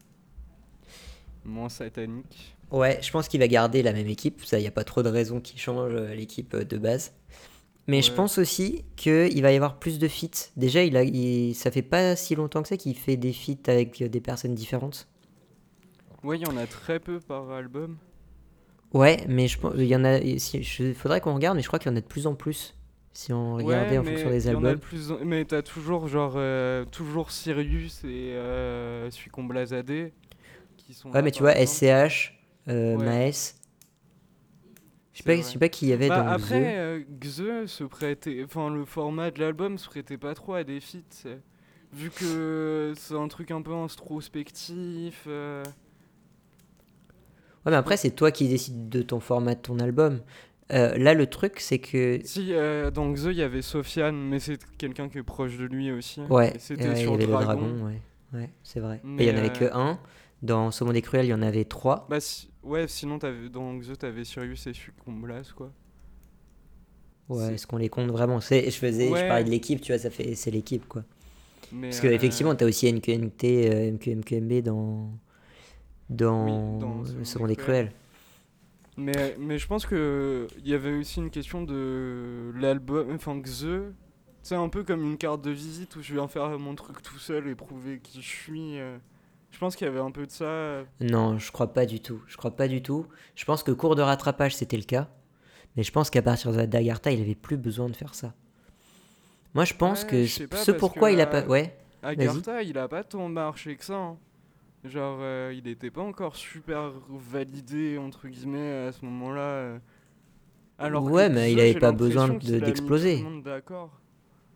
moins satanique. Ouais, je pense qu'il va garder la même équipe. Ça, il n'y a pas trop de raisons qui changent euh, l'équipe euh, de base. Mais je Ouais. pense aussi qu'il va y avoir plus de feats. Déjà, il a, il- ça fait pas si longtemps que ça qu'il fait des feats avec euh, des personnes différentes. Ouais, il y en a très peu par album Ouais, mais je pense, il y aussi. en a. si- je- faudrait qu'on regarde, mais je crois qu'il y en a de plus en plus. Si on Ouais, regardait en fonction mais des il y en a albums. de plus en- mais t'as toujours genre euh, toujours Sirius et euh, Suicombe Blazadé qui sont Ouais, là mais tu par vois, exemple. S C H, euh, Ouais, Maes. Je sais c'est pas, je vrai. sais pas qui y avait Bah dans Xe. après, euh, Xe se prêtait, enfin le format de l'album se prêtait pas trop à des feats, c'est- vu que c'est un truc un peu introspectif. euh, Ouais, je mais sais après, pas. c'est toi qui décides de ton format de ton album. Euh, là, le truc, c'est que. Si euh, dans Xe il y avait Sofiane, mais c'est quelqu'un qui est proche de lui aussi. Ouais, Et et c'était ouais, il y sur avait le Dragon, dragon, ouais. Ouais, c'est vrai. Et il y mais en avait que euh, un. Dans Saumon des Cruels, il y en avait trois. bah si- ouais, sinon t'avais, dans Xe t'avais Sirius et Suicombe Blaz quoi. Ouais, C'est est-ce qu'on les compte vraiment? C'est, je faisais, je parlais ouais, de l'équipe, tu vois, ça fait, c'est l'équipe, quoi. mais Parce que euh, effectivement, t'as aussi N Q N T, euh, M Q M Q M B dans, oui, dans dans Saumon des Saumon des Cruels. Cruels. Mais, mais je pense que il y avait aussi une question de l'album, enfin Xe, c'est un peu comme une carte de visite où je viens faire mon truc tout seul et prouver qui je suis. euh. Je pense qu'il y avait un peu de ça. euh. Non, je crois pas du tout. Je crois pas du tout. Je pense que cours de rattrapage, c'était le cas. Mais je pense qu'à partir de Dagartha, il avait plus besoin de faire ça. Moi, je pense Ouais, que je ce sais pas ce parce que pourquoi il a pas. euh, Ouais, vas-y. Agartha, il a pas tant marché que ça, hein. Genre, euh, il était pas encore super validé entre guillemets à ce moment-là. euh. Alors que Ouais, mais il Xe, avait j'ai pas besoin l'impression de- qu'il a mis tout le d'exploser. monde d'accord.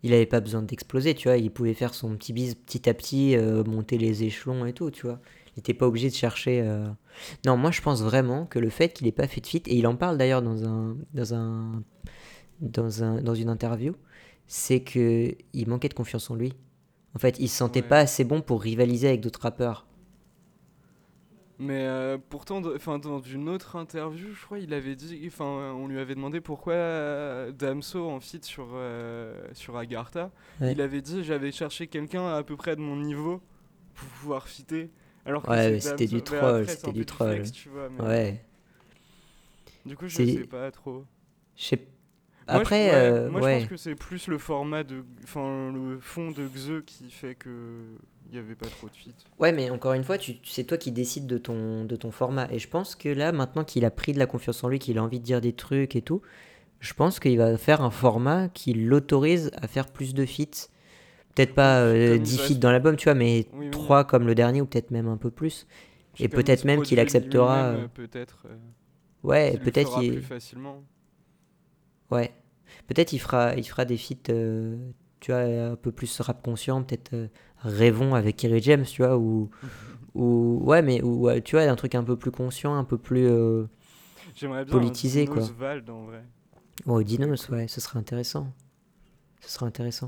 il avait pas besoin d'exploser, tu vois. Il pouvait faire son petit bise petit à petit, euh, monter les échelons et tout, tu vois. Il n'était pas obligé de chercher. euh, Non, moi je pense vraiment que le fait qu'il ait pas fait de feat, et il en parle d'ailleurs dans un, dans un, dans un, dans une interview, c'est que il manquait de confiance en lui. En fait, il se sentait Ouais. pas assez bon pour rivaliser avec d'autres rappeurs. Mais euh, pourtant, de- enfin, dans une autre interview, je crois, il avait dit, enfin, on lui avait demandé pourquoi euh, Damso en feat sur, euh, sur Agartha. Ouais, Il avait dit, j'avais cherché quelqu'un à peu près de mon niveau pour pouvoir fitter. Alors que ouais, c'est mais c'était Damso. du Mais troll, après, c'est c'était un peu du du troll. flex, tu vois. Mais Ouais, du coup, je sais c'est, pas trop. je sais. Moi, je, Après, ouais, euh, moi, je pense ouais. que c'est plus le format de, enfin, le fond de Xe qui fait que il y avait pas trop de feat. Ouais, mais encore une fois, tu, tu- c'est toi qui décides de ton, de ton format. Et je pense que là, maintenant qu'il a pris de la confiance en lui, qu'il a envie de dire des trucs et tout, je pense qu'il va faire un format qui l'autorise à faire plus de feats. Peut-être Oui, pas puis euh, comme il dix va feats se, dans l'album, tu vois, mais oui, oui. trois comme le dernier, ou peut-être même un peu plus. Puis Et comme il peut-être se même qu'il produit acceptera. lui-même, euh, euh, peut-être euh, Ouais, qu'il le peut-être fera plus il... facilement. Ouais. Peut-être il fera, il fera des feats, euh, tu vois, un peu plus rap conscient, peut-être euh, Rêvons avec Kerry James, tu vois, ou, ou ouais, mais ou, ouais, tu vois, un truc un peu plus conscient, un peu plus euh, J'aimerais bien un politisé, Dinos quoi. Vald en vrai. Oh, Ce serait Dinos, cool. ouais, ce serait intéressant. Ce serait intéressant.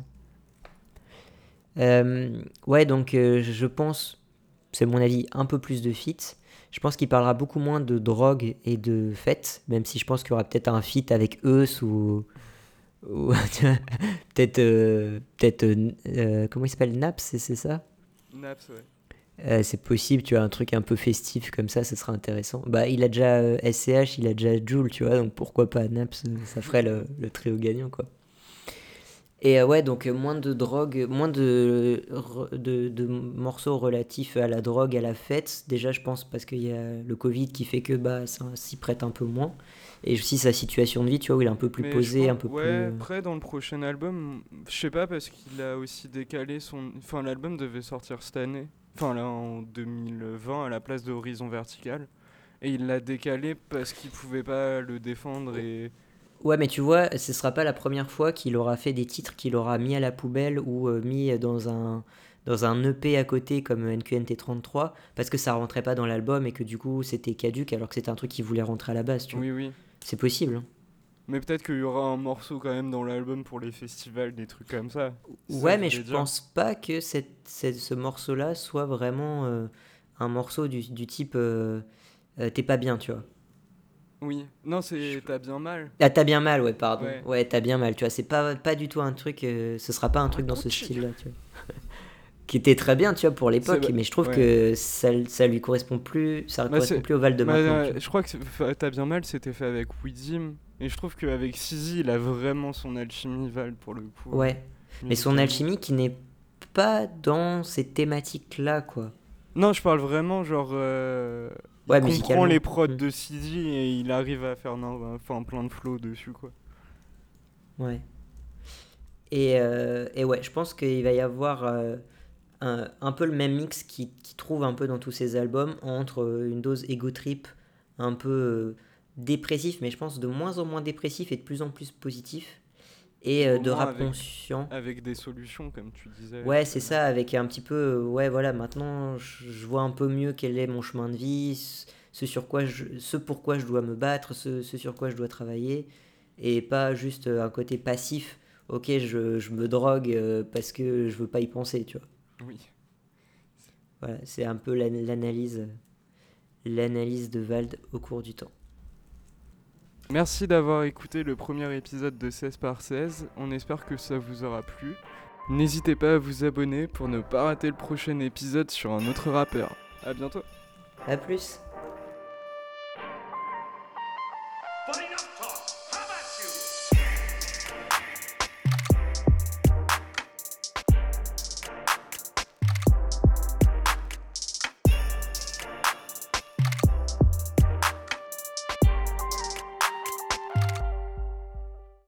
Euh, ouais, donc euh, je pense, c'est mon avis, un peu plus de feats. Je pense qu'il parlera beaucoup moins de drogue et de fêtes, même si je pense qu'il y aura peut-être un feat avec eux ou, ou peut-être, euh, peut-être, euh, euh, comment il s'appelle, Naps, c'est c'est ça. Naps, ouais. Euh, c'est possible, tu vois, un truc un peu festif comme ça, ce sera intéressant. Bah, il a déjà euh, S C H, il a déjà Jul, tu vois, donc pourquoi pas Naps, euh, ça ferait le, le trio gagnant, quoi. Et euh, ouais, donc euh, moins de drogue, moins de, re- de, de morceaux relatifs à la drogue, à la fête. Déjà, je pense parce qu'il y a le Covid qui fait que bah, ça s'y prête un peu moins. Et aussi sa situation de vie, tu vois, où il est un peu plus Mais je posé, un pense, peu plus. ouais, euh, après dans le prochain album, je sais pas parce qu'il a aussi décalé son. Enfin, l'album devait sortir cette année. Enfin, là en deux mille vingt à la place de Horizon Vertical. Et il l'a décalé parce qu'il pouvait pas le défendre et. Ouais, mais tu vois, ce sera pas la première fois qu'il aura fait des titres qu'il aura mis à la poubelle ou euh, mis dans un, dans un E P à côté comme N Q N T trente-trois parce que ça rentrait pas dans l'album et que du coup c'était caduque alors que c'était un truc qu'il voulait rentrer à la base, tu vois. Oui, oui. C'est possible, hein. Mais peut-être qu'il y aura un morceau quand même dans l'album pour les festivals, des trucs comme ça. C'est ça Ouais, que je mais je voulais dire. pense pas que cette, cette- ce morceau-là soit vraiment euh, un morceau du, du type euh, euh, t'es pas bien, tu vois. Oui. Non, Je- c'est. T'as bien mal. Ah, t'as bien mal, ouais, pardon. Ouais. Ouais, t'as bien mal, tu vois. C'est pas, pas du tout un truc. euh, ce sera pas un truc dans ce Rakuchi. style-là, tu vois. Qui était très bien, tu vois, pour C'est. l'époque, Bah, mais je trouve ouais. que ça, ça lui correspond plus. Ça Bah, correspond c'est. plus au Val de Bah, maintenant, tu euh, vois. je crois que c'est- fa- T'as bien mal, c'était fait avec Widim. Et je trouve qu'avec Sizi, il a vraiment son alchimie Val pour le coup, euh, Ouais. Mais son musicalement. alchimie qui n'est pas dans ces thématiques-là, quoi. Non, je parle vraiment, genre. euh, il Ouais, comprend les musicalement. prods Hmm. de Sizi et il arrive à faire n'im- enfin, plein de flows dessus, quoi. Ouais. Et, euh, et ouais, je pense qu'il va y avoir euh, un, un peu le même mix qui, qui trouve un peu dans tous ces albums entre euh, une dose ego trip un peu euh, dépressif, mais je pense de moins en moins dépressif et de plus en plus positif, et Ou euh, au de moins rap avec, conscient. avec des solutions, comme tu disais Ouais, tout c'est à l'heure. ça, avec un petit peu, euh, ouais, voilà, maintenant je, je vois un peu mieux quel est mon chemin de vie, ce ce sur quoi je, ce pourquoi je dois me battre, ce, ce sur quoi je dois travailler, et pas juste euh, un côté passif. Ok, je, je me drogue euh, parce que je veux pas y penser, tu vois. Oui. Voilà, c'est un peu l'an- l'analyse, l'analyse de Vald au cours du temps. Merci d'avoir écouté le premier épisode de seize par seize. On espère que ça vous aura plu. N'hésitez pas à vous abonner pour ne pas rater le prochain épisode sur un autre rappeur. À bientôt. A plus!